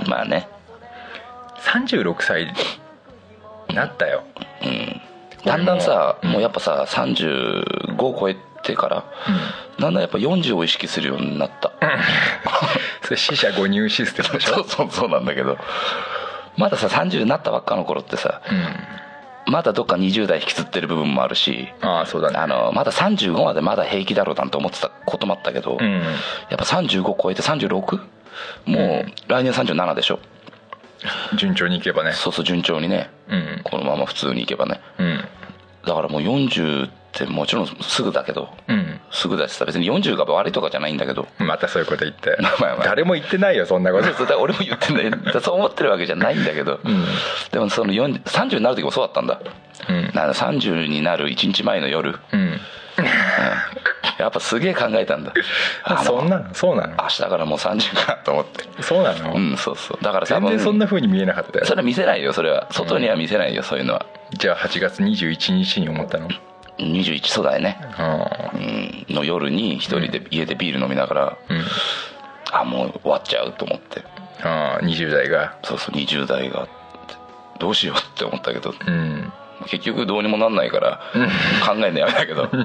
まあねさんじゅうろくさいになったよ、 うん、だんだんさ、うん、もうやっぱささんじゅうご超えてから、うん、だんだんやっぱよんじゅうを意識するようになったそれ四捨五入システムでしょ。 そうそうそうなんだけど、まだささんじゅうになったばっかの頃ってさ、うん、まだどっかにじゅう代引きずってる部分もあるし、 ああそうだね、 あのまださんじゅうごまでまだ平気だろうなんて思ってたこともあったけど、うん、やっぱさんじゅうご超えて さんじゅうろく？ もう来年さんじゅうななでしょ。 順調にいけばね。 そうそう順調にね、うん、このまま普通にいけばね、うん、だからもうよんじゅうってもちろんすぐだけど、うん、すぐだしさ、別によんじゅうが悪いとかじゃないんだけど。 またそういうこと言ってまあまあ、まあ、誰も言ってないよそんなこと。 そうだ俺も言ってないそう思ってるわけじゃないんだけど、うん、でもそのよんじゅう、さんじゅうになる時もそうだったんだ、うん、なんかさんじゅうになるいちにちまえの夜、うんうん、やっぱすげえ考えたんだ。 あそんなのそうなの。 明日からもうさんじゅうかと思って。 そうなの。 うんそうそう。だから多分全然そんな風に見えなかったよ。 それは見せないよそれは。外には見せないよ、うん、そういうのは。 じゃあはちがつにじゅういちにちに思ったの。 にじゅういちそうだよね、うん、の夜に一人で家でビール飲みながら、うん、あもう終わっちゃうと思って。 ああにじゅう代が。 そうそうにじゅう代がどうしようって思ったけど、うん、結局どうにもなんないから考えんのやめたけど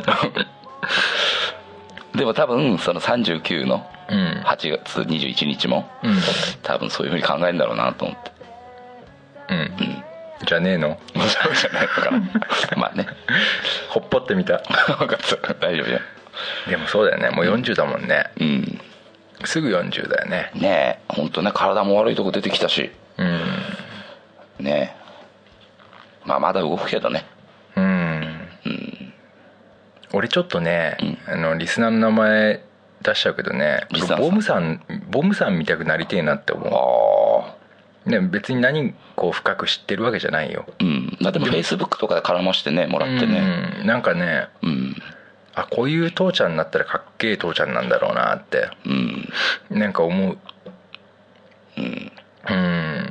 でも多分そのさんじゅうきゅうのはちがつにじゅういちにちも、うん、多分そういうふうに考えるんだろうなと思って。 うん、うんじゃねえのそうじゃないのかなまあねほっぽってみた。 分かった大丈夫よ。 でもそうだよねもうよんじゅうだもんね、うん、すぐよんじゅうだよね。 ねえ本当ね体も悪いとこ出てきたし、うん、ねえまあまだ動くけどね。うん、うん、 俺ちょっとね、うん、あのリスナーの名前出しちゃうけどねボムさんボムさん見たくなりてえなって思う。ああね、別に何こう深く知ってるわけじゃないよ、 うん、だってもフェイスブックとかで絡ましてねもらってね、 うん、なんかね、うん、あこういう父ちゃんになったらかっけえ父ちゃんなんだろうなって、うん、なんか思う。うん、うん、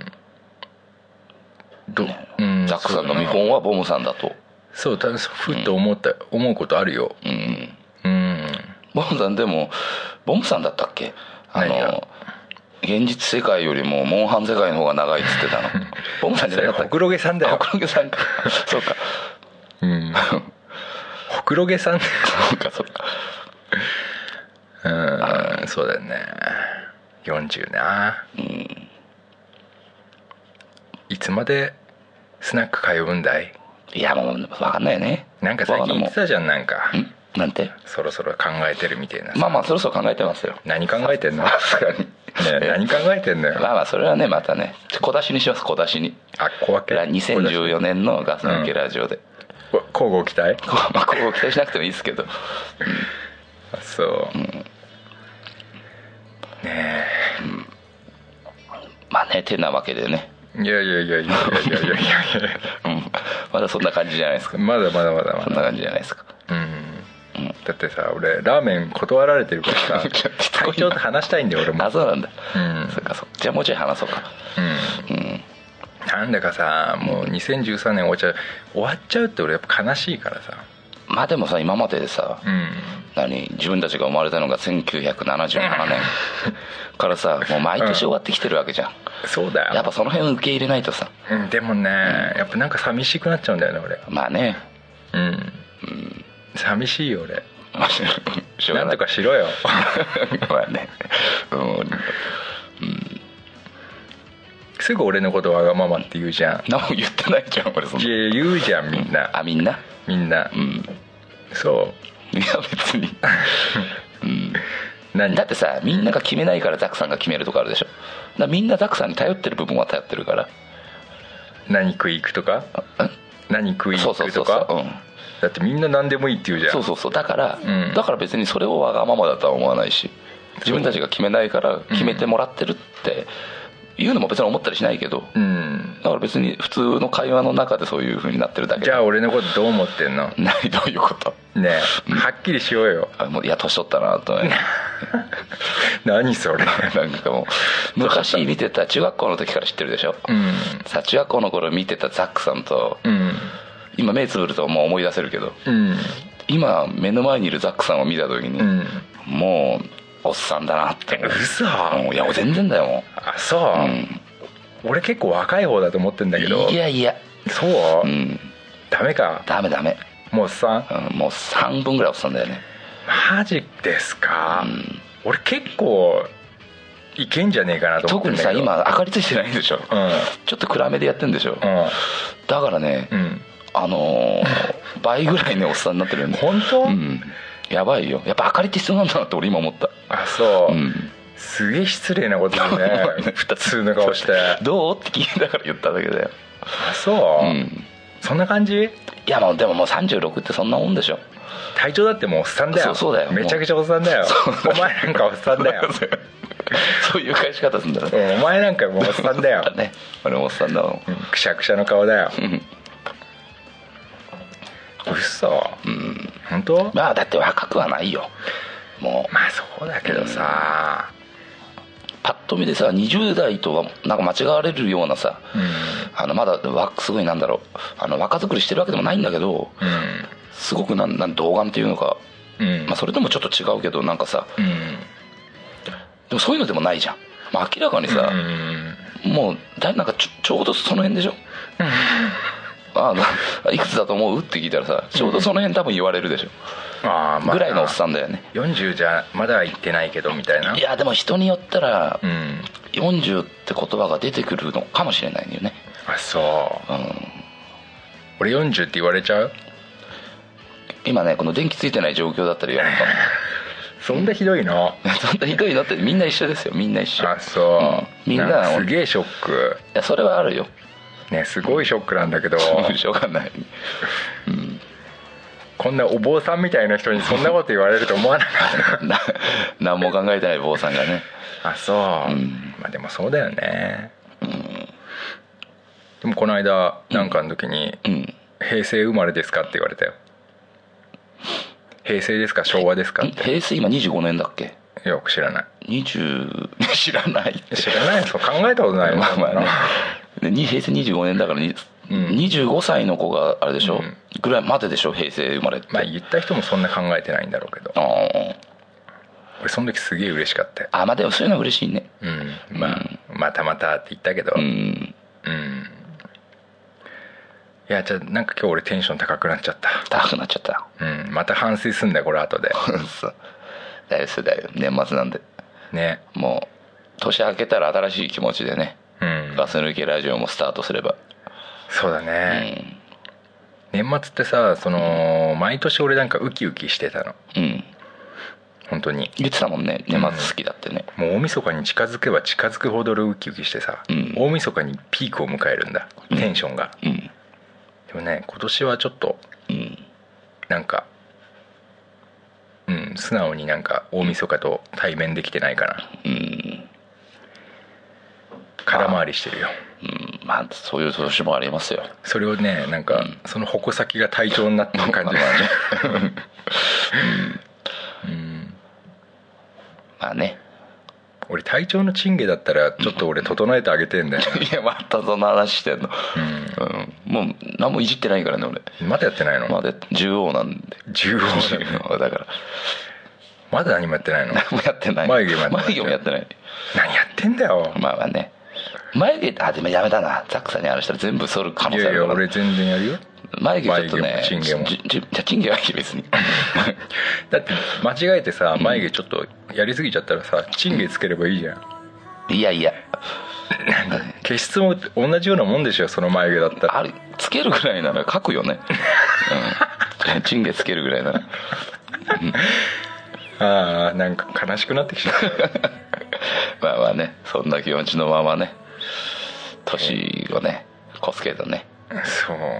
ど、 ねうん、ザックさんの見本はボムさんだと。 そうたふっと思った、うん、思うことあるよ、うんうん、 ボムさんでもボムさんだったっけあの現実世界よりもモンハン世界の方が長いっつってたのボムさんじゃなかったっけ。 ほくろげさんだよ。 ほくろげさんかそうかうんほくろげさんそうかそうかうんそうだよねよんじゅうな、うん、いつまでスナック通うんだい。 いやもう分かんないよね。 なんか最近言ってたじゃんなんかんなんてそろそろ考えてるみたいな。 まあまあそろそろ考えてますよ。 何考えてんのさすがに、ね、何考えてんのよ。 まあまあそれはねまたね小出しにします小出しに。 あ小分けにせんじゅうよねんのガス抜けラジオで、 うん、交互期待まあ交互期待しなくてもいいですけど、うん、 あそう、うん、ねえ、うん、まあねてなわけでね。 いやいやいやいやいやいやいやいやうん、まだそんな感じじゃないですか。 まだまだまだまだそんな感じじゃないですか。うん、 うん、 だってさ俺ラーメン断られてるからさ隊長と話したいんだよ俺も。 あそうなんだ、 うん、 そっかそっか。じゃあもうちょい話そうか。うん、うん、 なんだかさもうにせんじゅうさんねん終わっちゃう終わっちゃうって俺やっぱ悲しいからさ。 まあでもさ今まででさ、うん、何自分たちが生まれたのがせんきゅうひゃくななじゅうななねんからさもう毎年終わってきてるわけじゃん、 うん、そうだよ。 やっぱその辺受け入れないとさ、 うん、でもね、うん、やっぱなんか寂しくなっちゃうんだよね俺。 まあねうん、うん、寂しいよ俺しょうがない。 なんとかしろよまあね、うん、うん、 すぐ俺のことわがままって言うじゃん。 何も言ってないじゃん俺。そんな言うじゃんみんな。 あみんなみんな、うん、そういや別に、うん、何だってさみんなが決めないからザクさんが決めるとかあるでしょ。だからみんなザクさんに頼ってる部分は頼ってるから。 何食い行くとか何食い行くとか。そうそうそうそう、うん、だってみんな何でもいいって言うじゃん。 そうそうそうだから、うん、だから別にそれをわがままだとは思わないし自分たちが決めないから決めてもらってるっていうのも別に思ったりしないけど、うん、だから別に普通の会話の中でそういう風になってるだけ。 じゃあ俺のことどう思ってんの。 何どういうことねえ、はっきりしようよ。 あもういや年取ったなとね何それなんかもう昔見てた中学校の時から知ってるでしょ、うん、さ中学校の頃見てたザックさんと、うん、今目つぶるともう思い出せるけど、うん、今目の前にいるザックさんを見た時に、うん、もうおっさんだなって。 嘘。 いや全然だよもう。 あそう、うん、俺結構若い方だと思ってんだけど。 いやいやそう、うん、ダメか。 ダメダメもうおっさん、うん、もうさんぶんぐらいおっさんだよね。 マジですか、うん、俺結構いけんじゃねえかなと思ってんだけど。 特にさ今明かりついてないんでしょ、うん、ちょっと暗めでやってんでしょ、うん、だからね、うん、あのー、倍ぐらいねおっさんになってるよね。 本当？ うん、やばいよ。やっぱ明かりって必要なんだなって俺今思った。 あそう、うん、すげえ失礼なことだね普通の顔してどうって聞いたから言っただけだよ。 あそう、うん、そんな感じ。 いやもうでももうさんじゅうろくってそんなもんでしょ。 体調だってもうおっさんだよ。 そうそうだよ。 めちゃくちゃおっさんだよ。お前なんかおっさんだよそういう返し方すんだろ、 うん、お前なんかもうおっさんだよね、俺もおっさんだもん、 うん、くしゃくしゃの顔だよ嘘、うん、本当？ まあだって若くはないよもう。 まあそうだけどさ、 うん、パッと見でさにじゅう代とはなんか間違われるようなさ、うん、あのまだわすごいなんだろうあの若作りしてるわけでもないんだけど、うん、すごくなんなん童顔っていうのか、うんまあ、それともちょっと違うけどなんかさ、うん、でもそういうのでもないじゃん、まあ、明らかにさ、うん、もうだなんかちょ、ちょうどその辺でしょあのいくつだと思うって聞いたらさちょうどその辺多分言われるでしょ、あ、まあ、ぐらいのおっさんだよね。 よんじゅうじゃまだ言ってないけどみたいな。 いやでも人によったら、うん、よんじゅうって言葉が出てくるのかもしれないよね。 あそう、うん、俺よんじゅうって言われちゃう。 今ねこの電気ついてない状況だったら言われるかもそんなひどいのそんなひどいのってみんな一緒ですよ。みんな一緒。 あそう、うん、 みんなすげえショック。 いやそれはあるよね、すごいショックなんだけどしょうがない、うん、 こんなお坊さんみたいな人にそんなこと言われると思わなかったな何も考えてない坊さんがね。 あそう、うん、まあでもそうだよね、うん、でもこの間なんかの時に、うん、平成生まれですかって言われたよ。平成ですか昭和ですかって。 平成今にじゅうごねんだっけ。 よく知らない。 にじゅう知らない知らない。そう考えたことないまあまあねで平成にじゅうごねんだからに、うん、にじゅうごさいの子があれでしょ、うん、ぐらいまででしょ平成生まれって。 まあ言った人もそんな考えてないんだろうけど。あ俺その時すげえ嬉しかったよ。 あまあでもそういうのは嬉しいね。 うんまあ、うん、またまたって言ったけどうん、うん、いやじゃあなんか今日俺テンション高くなっちゃった。 高くなっちゃった。 うんまた反省すんだよこれ後でそうだよそうだよ年末なんでね。 もう年明けたら新しい気持ちでね、うん、ガス抜けラジオもスタートすれば。 そうだね、うん、年末ってさその、うん、毎年俺なんかウキウキしてたの。うん本当に言ってたもんね年末好きだってね、 うん、もう大晦日に近づけば近づくほどウキウキしてさ、うん、大晦日にピークを迎えるんだテンションが、うん、でもね今年はちょっと、うん、なんかうん素直になんか大晦日と対面できてないかな。うん空回りしてるよ。 うんまあそういう年もありますよ。 それをねなんか、うん、その矛先が隊長になってる感じがね、うん体調のチンゲだったらちょっと俺整えてあげてんだよいやまたそんな話してんの、うんうん、もう何もいじってないからね俺。 まだやってないの？ まだ縦横なんで。 縦横だからまだ何もやってないの？ 何もやってない。 眉毛もやってない。 眉毛もやってない。 何やってんだよ。 まあまあね、眉毛あでもやめたな。ザックさんにあれしたら全部剃る可能性あるから。 いやいや俺全然やるよ。 眉毛ちょっとね、 チンゲもじじゃチンゲはいい別にだって間違えてさ眉毛ちょっとやりすぎちゃったらさチンゲつければいいじゃん。 いやいや毛質も同じようなもんでしょその眉毛だったら。 あれつけるぐらいなら描くよね、うん、チンゲつけるぐらいなら、 うん、ああなんか悲しくなってきちゃったまあまあねそんな気持ちのままね年をね越すけどね。 そう、うん、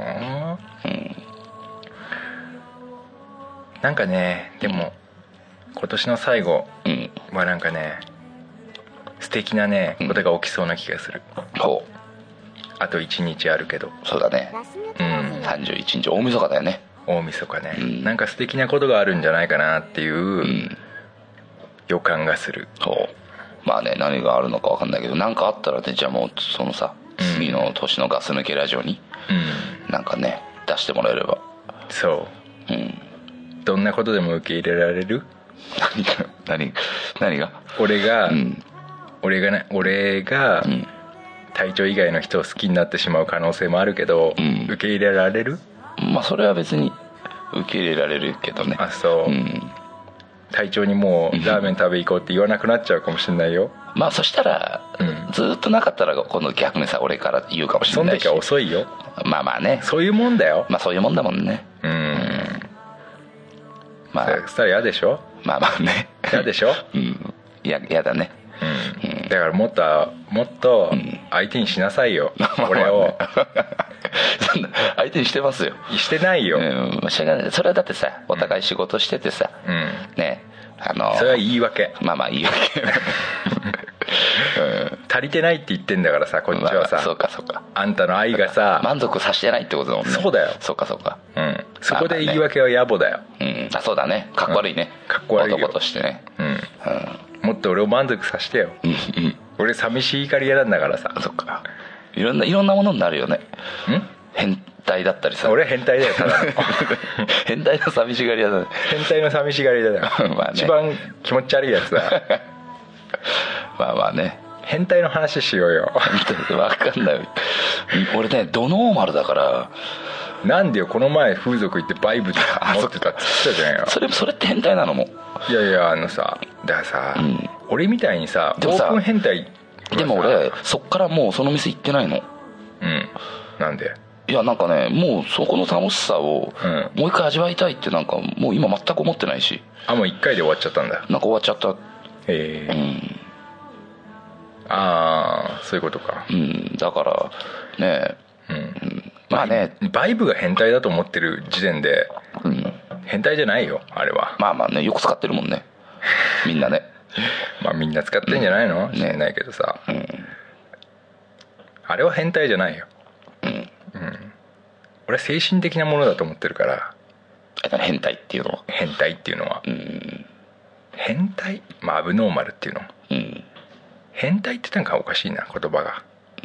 なんかねでも今年の最後はなんかね素敵なねことが起きそうな気がする、 うん、ほうあといちにちあるけど。 そうだね、 うん、 さんじゅういちにち大晦日だよね。 大晦日ね、うん、なんか素敵なことがあるんじゃないかなっていう予感がする、 うん、ほうまあね何があるのか分かんないけど何かあったらねじゃあもうそのさ次の年のガス抜けラジオになんかね出してもらえれば。 そう、うん、どんなことでも受け入れられる。 何が何何が俺が、うん、俺がね俺が、うん、隊長以外の人を好きになってしまう可能性もあるけど、うん、受け入れられる。 まあそれは別に受け入れられるけどね。 あそう、うん、隊長にもうラーメン食べ行こうって言わなくなっちゃうかもしれないよ。 まあそしたら、うん、ずっとなかったら今度逆にさ俺から言うかもしれないし。 その時は遅いよ。 まあまあねそういうもんだよ。 まあそういうもんだもんね。うん、うん、 まあそしたら嫌でしょ。 まあまあね嫌でしょ。 うん嫌だね、 うんうん、だからもっともっと相手にしなさいよ、うん、俺をそんな相手にしてますよ。 してないよ、うん、 それはだってさお互い仕事しててさ、うん、ねあのそれは言い訳。 まあまあ言い訳、うん、 足りてないって言ってんだからさこっちはさ、まあ、 そうかそうかあんたの愛がさ満足させてないってことだもんね。 そうだよ。 そうかそうか、 うん、そこで言い訳は野暮だよ、 うん、あそうだねかっこ悪いね、 うん、かっこ悪いよ男としてね、うんうん、 もっと俺を満足させてよ、うんうん、俺寂しい怒り屋なんだからさ。 そっかいろんないろんなものになるよね。ん変態だったりさ。 俺変態だよただの変態の寂しがり屋だね。 変態の寂しがり屋だよまあ、ね、一番気持ち悪いやつだまあまあね変態の話しようよ分かんない俺ねドノーマルだから。 なんでよこの前風俗行ってバイブ持ってたって言ってたじゃんよ。 それそれって変態なのも。 いやいやあのさだからさ、うん、俺みたいにさオープン変態でも俺そっからもうその店行ってないの。 うんなんで。 いやなんかねもうそこの楽しさをもう一回味わいたいってなんかもう今全く思ってないし。 あもう一回で終わっちゃったんだ。 なんか終わっちゃった。 へえ、うん、ああそういうことか。 うんだからねえ、うんうん、まあねバイブが変態だと思ってる時点で、うん、変態じゃないよあれは。 まあまあねよく使ってるもんねみんなねまあみんな使ってんじゃないの、うん、知らないけどさ、うん、あれは変態じゃないよ、うんうん、俺は精神的なものだと思ってるから。 変態っていうのは変態っていうのは、うん、変態まあアブノーマルっていうの、うん、変態ってなんかおかしいな言葉が、うん、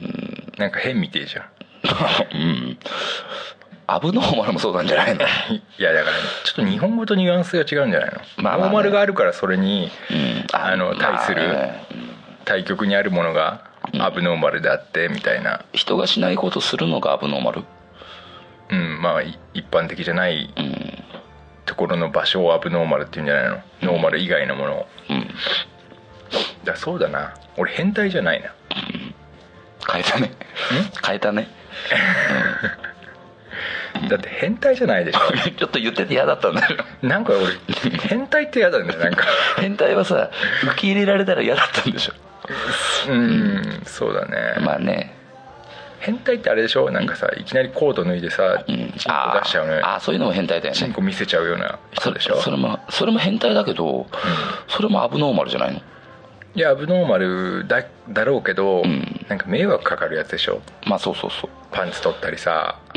なんか変みてえじゃんうん、 アブノーマルもそうなんじゃないのいやだから、ね、ちょっと日本語とニュアンスが違うんじゃないの、まあまあね、ノーマルがあるからそれに、うん、あの対する、まあね、対極にあるものがアブノーマルであってみたいな、 人がしないことするのがアブノーマル。 うんまあ一般的じゃないところの場所をアブノーマルっていうんじゃないの、うん、ノーマル以外のものを、うん、だそうだな俺変態じゃないな、うん、 変えたね変えたね、 うん、だって変態じゃないでしょちょっと言ってて嫌だったんだよなんか俺変態って嫌だねなんか変態はさ受け入れられたら嫌だったんでしょうん、うん、そうだね。 まあね変態ってあれでしょなんかさいきなりコート脱いでさ、うん、チンコ出しちゃうね。 ああそういうのも変態だよね。 チンコ見せちゃうような人でしょ。 そ, それもそれも変態だけど、うん、それもアブノーマルじゃないの。 いやアブノーマル だ, だろうけど、うん、なんか迷惑かかるやつでしょ。 まあそうそうそうパンツ取ったりさ、うん、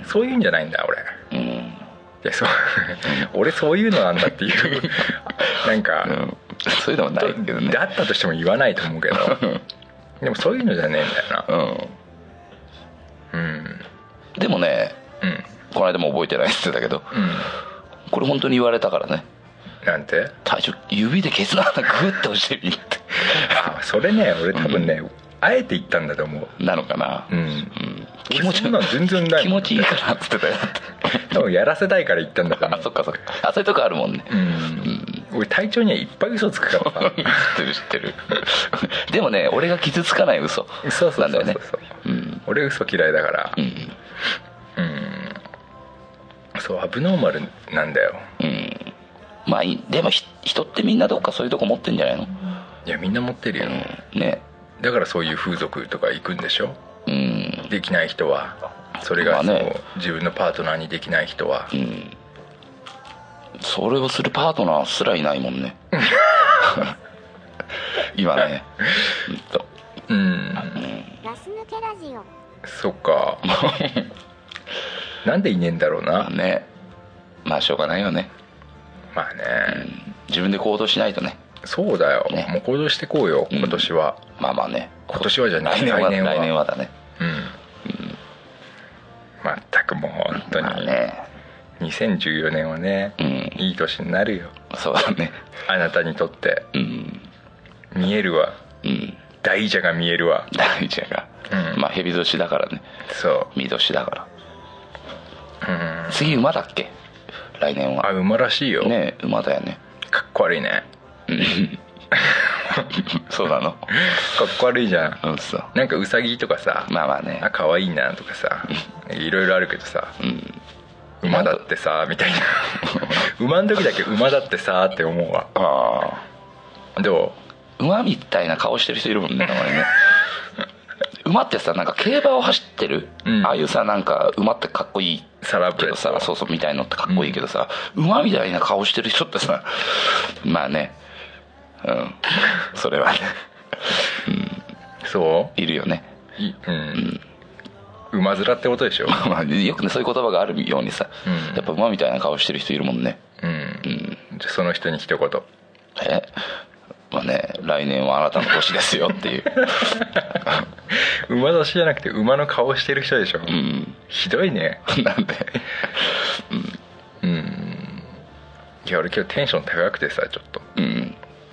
そういうんじゃないんだ俺、うん、いやそう俺そういうのなんだっていうなんか、うん、 そういうのもないけどね。 だったとしても言わないと思うけどでもそういうのじゃねえんだよな。うん、うん、 でもね、うん、この間も覚えてないって言ってたけど、うん、これ本当に言われたからね。 なんて？ 隊長指でケツの穴グッて押してみってあ、それね俺多分ね、うん、あえて言ったんだと思う。 なのかな。うん、うん、 気持ちいいの全然ない。 気持ちいいからっつってたよ多分やらせたいから言ったんだと思う。 あ、そっかそっか。あ、そういうとこあるもんね。うん、うん、 俺隊長にはいっぱい嘘つくからさ知ってる知ってるでもね俺が傷つかない嘘なんだよね。そうそうそうそう、うん、俺嘘嫌いだから、うん、うん、そうアブノーマルなんだよ。うん、 まあでも人ってみんなどっかそういうとこ持ってんじゃないの。 いやみんな持ってるよ、 うん、ね。 だからそういう風俗とか行くんでしょ、うん、できない人はそれがそう、ね、自分のパートナーにできない人は、うん、 それをするパートナーすらいないもんね今ねうん、うん、 ガス抜けラジオ。そっかなんでいねえんだろうな。 ね、まあしょうがないよね。 まあね、 うん、自分で行動しないとね。 そうだよ、ね、もう行動してこうよ今年は、 うん、まあまあね今年はじゃない来年は来年は来年はだね。うん、うん、 まったくもう本当に、まあね、にせんじゅうよねんはね、うん、いい年になるよ。 そうだね。 あなたにとって、うん、見えるわ、うん、大蛇が見えるわ。 大蛇が、うん、まあ蛇年だからね。 そう見年だから、うん、次馬だっけ来年は。 あ、馬らしいよね。馬だよね。 かっこ悪いねそうなの。かっこ悪いじゃん、 うん、そう。 なんかウサギとかさ、 まあまあね、 あ可愛いなとかさいろいろあるけどさ、うん、馬だってさみたいな馬の時だけ馬だってさって思うわ。ああ、どう？馬みたいな顔してる人いるもんねたまにね馬ってさなんか競馬を走ってる、うん、ああいうさなんか馬ってかっこいいサラブレッドさ、そうそうみたいのってかっこいいけどさ、うん、馬みたいな顔してる人ってさまあね、うん、それはね、 うん、そういるよね。 い、うん、うん、馬面ってことでしょまあよくねそういう言葉があるようにさ、うん、やっぱ馬みたいな顔してる人いるもんね。うん、うん、 じゃあその人に一言。 えまあね、来年はあなたの年ですよっていう馬年じゃなくて馬の顔してる人でしょ、うん、ひどいねなんでうん、うん、いや俺今日テンション高くてさちょっとうんうん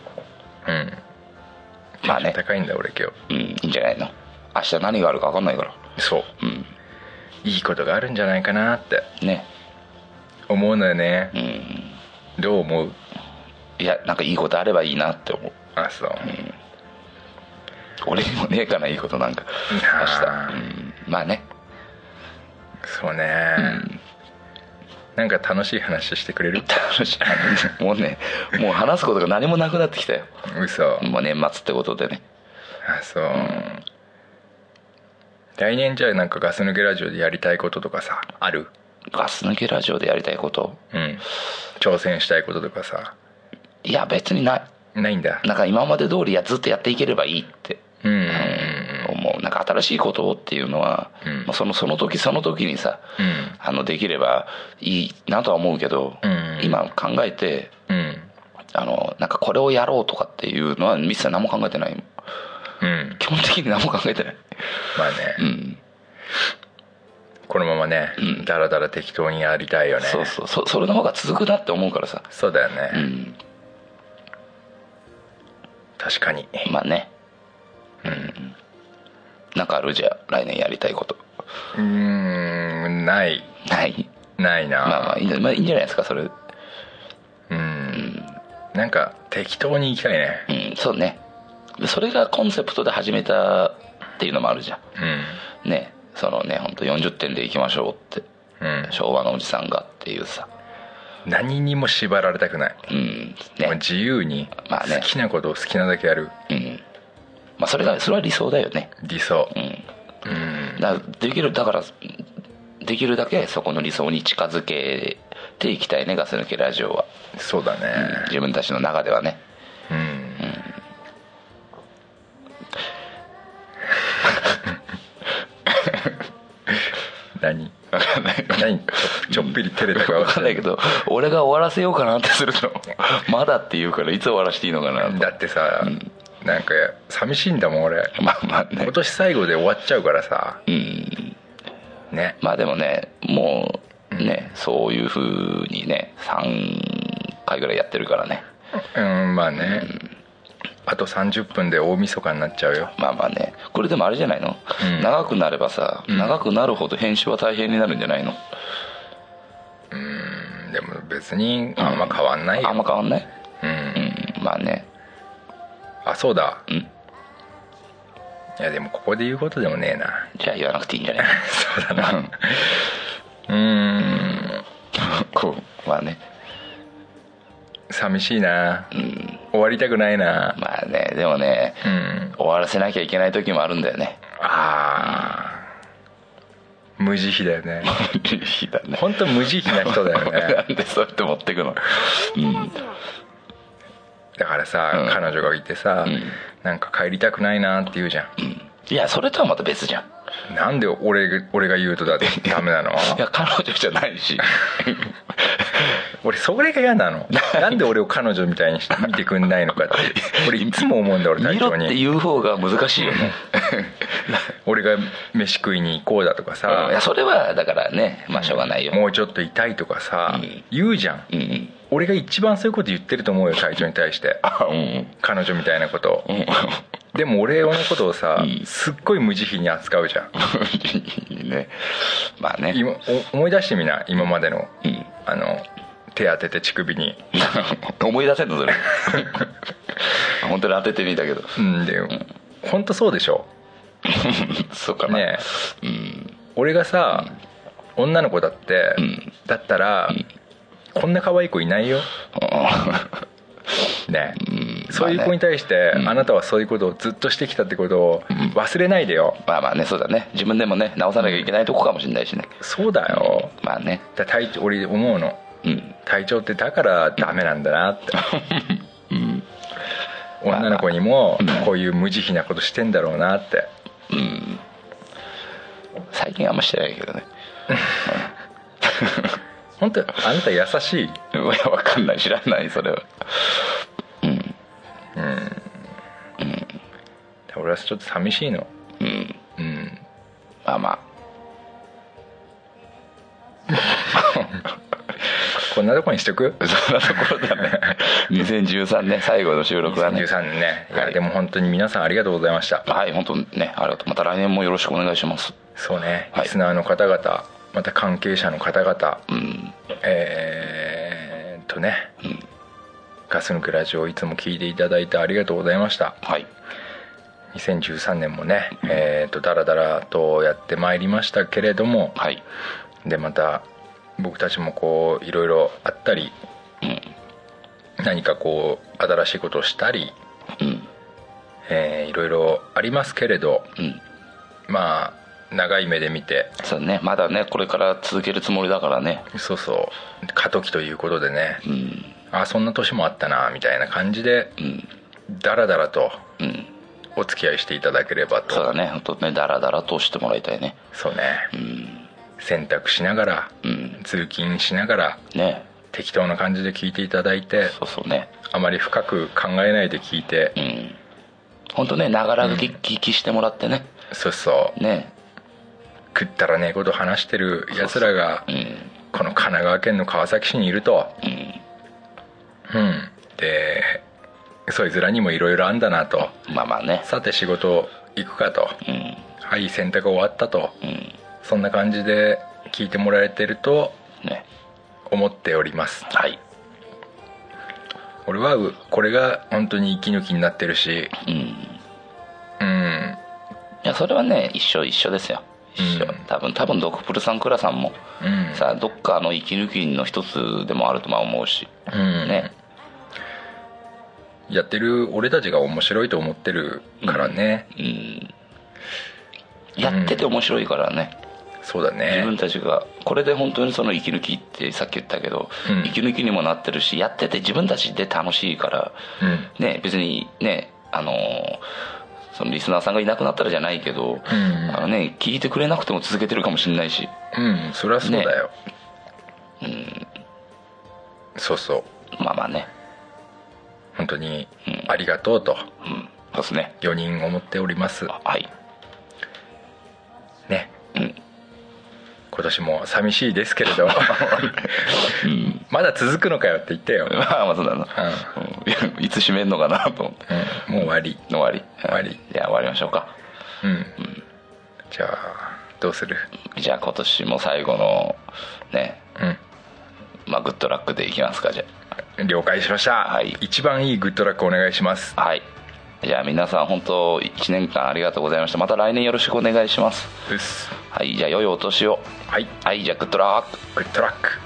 まあね高いんだ俺今日。 うん、いいんじゃないの。明日何があるか分かんないから。 そう、うん、いいことがあるんじゃないかなってね思うのよね、うん、どう思う？ いやなんかいいことあればいいなって思う。 あ、そう、うん、 俺にもねえかないいことなんか明日、うん、まあねそうね、うん、なんか楽しい話してくれる？ 楽しいもうねもう話すことが何もなくなってきたよ。 嘘。 もう年末ってことでね。 あ、そう、うん、来年じゃあなんかガス抜けラジオでやりたいこととかさある？ ガス抜けラジオでやりたいこと、うん、 挑戦したいこととかさ。 いや別にないないんだ。 なんか今まで通りやずっとやっていければいいって、うんうんうん、思う。なんか新しいことっていうのは、うんまあ、そのその時その時にさ、うん、あのできればいいなとは思うけど、うん、今考えて、うん、あのなんかこれをやろうとかっていうのは一切何も考えてない、うん、基本的に何も考えてない。 まあね、うん、このままね、うん、だらだら適当にやりたいよね。 そうそう そ, それの方が続くなって思うからさ。 そうだよね、うん、確かに。 まあね、うん、なんかある？じゃあ来年やりたいこと。 うーんないないないな。 まあまあいいんじゃ、まあ、いいんじゃないですかそれ。うん、 うん、なんか適当に行きたいね。 うん、そうね。それがコンセプトで始めたっていうのもあるじゃん、うん、ね。そのね本当よんじゅってんでいきましょうって、うん、昭和のおじさんがっていうさ。 何にも縛られたくない、うんね、自由に好きなことを好きなだけやる、まあね、うんまあ、それがそれは理想だよね。 理想、うんうん、だからできるだからできるだけそこの理想に近づけていきたいねガス抜けラジオは。 そうだね、 うん、自分たちの中ではね。うん、うん何何ちょっぴり照れたか分かんないけど、俺が終わらせようかなってするとまだって言うから、いつ終わらせていいのかなと。 だってさ、うん、なんか寂しいんだもん俺。 まあまあね、 今年最後で終わっちゃうからさ、 うんね。 まあでもね、もうね、うん、そういう風にねさんかいぐらいやってるからね。 うんまあね、うん、あとさんじゅっぷんで大晦日になっちゃうよ。 まあまあね、これでもあれじゃないの、うん、長くなればさ、うん、長くなるほど編集は大変になるんじゃないの。 うん、でも別にあんま変わんないよ、 うん、あんま変わんない。 うん、 うん、まあね。 あ、そうだ、 うん、いやでもここで言うことでもねえな。 じゃあ言わなくていいんじゃないそうだなうーんこうまあね、 寂しいな、 うん、 終わりたくないな。 まあね、でもね、うん、終わらせなきゃいけない時もあるんだよね。 ああ、うん、無慈悲だよね。 無慈悲だね、 本当無慈悲な人だよねなんでそうやって持ってくの、うん、 だからさ、うん、彼女がいてさ、うん、なんか帰りたくないなって言うじゃん、 うん、いやそれとはまた別じゃん。 なんで俺が俺が言うとだってダメなの？いや彼女じゃないし俺それが嫌なの。なんで俺を彼女みたいにして見てくんないのかって俺いつも思うんだ。俺隊長に見ろって言う方が難しいよね俺が飯食いに行こうだとかさ、 うん、いやそれはだからね、まあしょうがないよ、 もうちょっといたいとかさ、うん、言うじゃん、 うん、 俺が一番そういうこと言ってると思うよ隊長に対してうん、彼女みたいなこと、うん、でも俺のことをさ、うん、すっごい無慈悲に扱うじゃんね、まあね、 今思い出してみな、今までの、 うん、 あの手当てて乳首に思い出せんのそれ本当に当ててみたけど、 うんで、うん、本当そうでしょそうかな、 ね、 うん、 俺がさ、うん、女の子だって、うん、だったら、うん、こんな可愛い子いないよね、うん、そういう子に対して、まあね、あなたはそういうことをずっとしてきたってことを忘れないでよ、 うん、まあまあね、そうだね、自分でもね直さなきゃいけないとこかもしれないしね。 そうだよ、 うん、まあね、 だ隊長俺思うの、うん、隊長ってだからダメなんだなって、うん、女の子にもこういう無慈悲なことしてんだろうなって、 うん、最近あんましてないけどね本当あなた優しい。いや分かんない、知らないそれは。うんうんうん、 俺はちょっと寂しいの。 うんうんまあまあこんなとこにしとく。 そんなところだねにせんじゅうさんねん最後の収録はね。 にせんじゅうさんねんね、いや、はい、でも本当に皆さんありがとうございました。 はい、本当ね、ありがとう。また来年もよろしくお願いします。 そうね、リスナーの方々、また関係者の方々、 うん、 えーっとね、うん、ガス抜けラジオをいつも聞いていただいてありがとうございました。 はい、 にせんじゅうさんねんもね、うん、えーっとダラダラとやってまいりましたけれども、 はい、 でまた僕たちもこういろいろあったり、 うん、 何かこう新しいことをしたり、 うんえー、いろいろありますけれど、 うん、 まあ長い目で見て、 そうね、まだねこれから続けるつもりだからね。 そうそう、過渡期ということでね、 うん、 あそんな年もあったなみたいな感じで、 うん、 だらだらとうんお付き合いしていただければと。 そうだね、本当ね、だらだらとしてもらいたいね。 そうね、 うん、 洗濯しながら、 うん、 通勤しながら、 ね、 適当な感じで聞いていただいて、 そうそうね、 あまり深く考えないで聞いて、 うん、本当ね、ながら聞きしてもらってね、 うん、そうそうね、 食ったらねえこと話してるやつらが、うん、この神奈川県の川崎市にいると、 うん、 うん、でそいつらにもいろいろあんだなと。 まあまあね、 さて仕事行くかと、 うん、 はい洗濯終わったと、 うん、 そんな感じで聞いてもらえてると思っております、 ね、はい。 俺はこれが本当に息抜きになってるし、 うん、うん、いやそれはね一緒一緒ですよ、一緒、うん、多分多分ドクプルさんクラさんも、うん、さあどっかの息抜きの一つでもあるとまあ思うし、 うん、 ね、 やってる俺たちが面白いと思ってるからね、 うん、うん、やってて面白いからね、 うん、そうだね、 自分たちがこれで本当にその息抜きってさっき言ったけど、うん、息抜きにもなってるし、やってて自分たちで楽しいから、うん、ね、別にね、あのそのリスナーさんがいなくなったらじゃないけど、うん、あのね、聞いてくれなくても続けてるかもしれないし、 うん、それはそうだよ、 ね、 うん、そうそう、 まあまあね、 本当にありがとうと、 うんうん、そうですね、 よにん思っております。 はいね、 うん、 今年も寂しいですけれど、うん、まだ続くのかよって言ってよ。 まあまあそうだな、うん、いつ締めんのかなと思って、 うん、もう終わり終わり終わり、 じゃあ終わりましょうか。 うん、うん、じゃあどうする？ じゃあ今年も最後のね、 うん、 まあグッドラックでいきますか。じゃあ了解しました、はい、一番いいグッドラックお願いします。 はい、じゃあ皆さん本当いちねんかんありがとうございました。また来年よろしくお願いします。 です。 はい、じゃあ良いお年を。 はい、 はい、じゃあグッドラック。 グッドラック。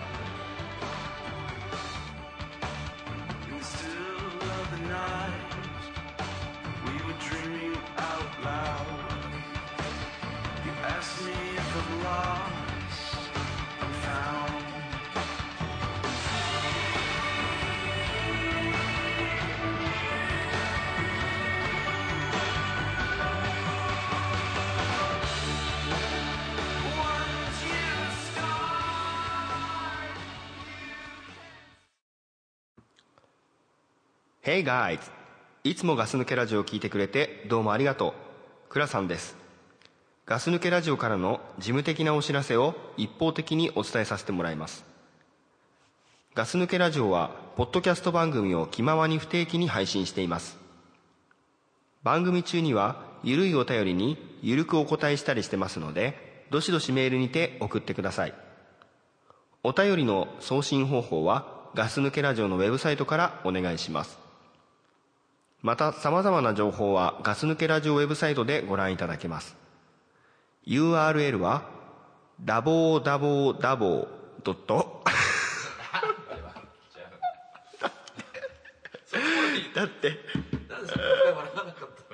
Hey guys! いつもガス抜けラジオを聞いてくれてどうもありがとう。クラさんです。ガス抜けラジオからの事務的なお知らせを一方的にお伝えさせてもらいます。ガス抜けラジオはポッドキャスト番組を気ままに不定期に配信しています。番組中にはゆるいお便りにゆるくお答えしたりしてますので、どしどしメールにて送ってください。お便りの送信方法はガス抜けラジオのウェブサイトからお願いします。また様々な情報はガス抜けラジオウェブサイトでご覧いただけます。 ユーアールエル はダボーダボーダボードットだってだって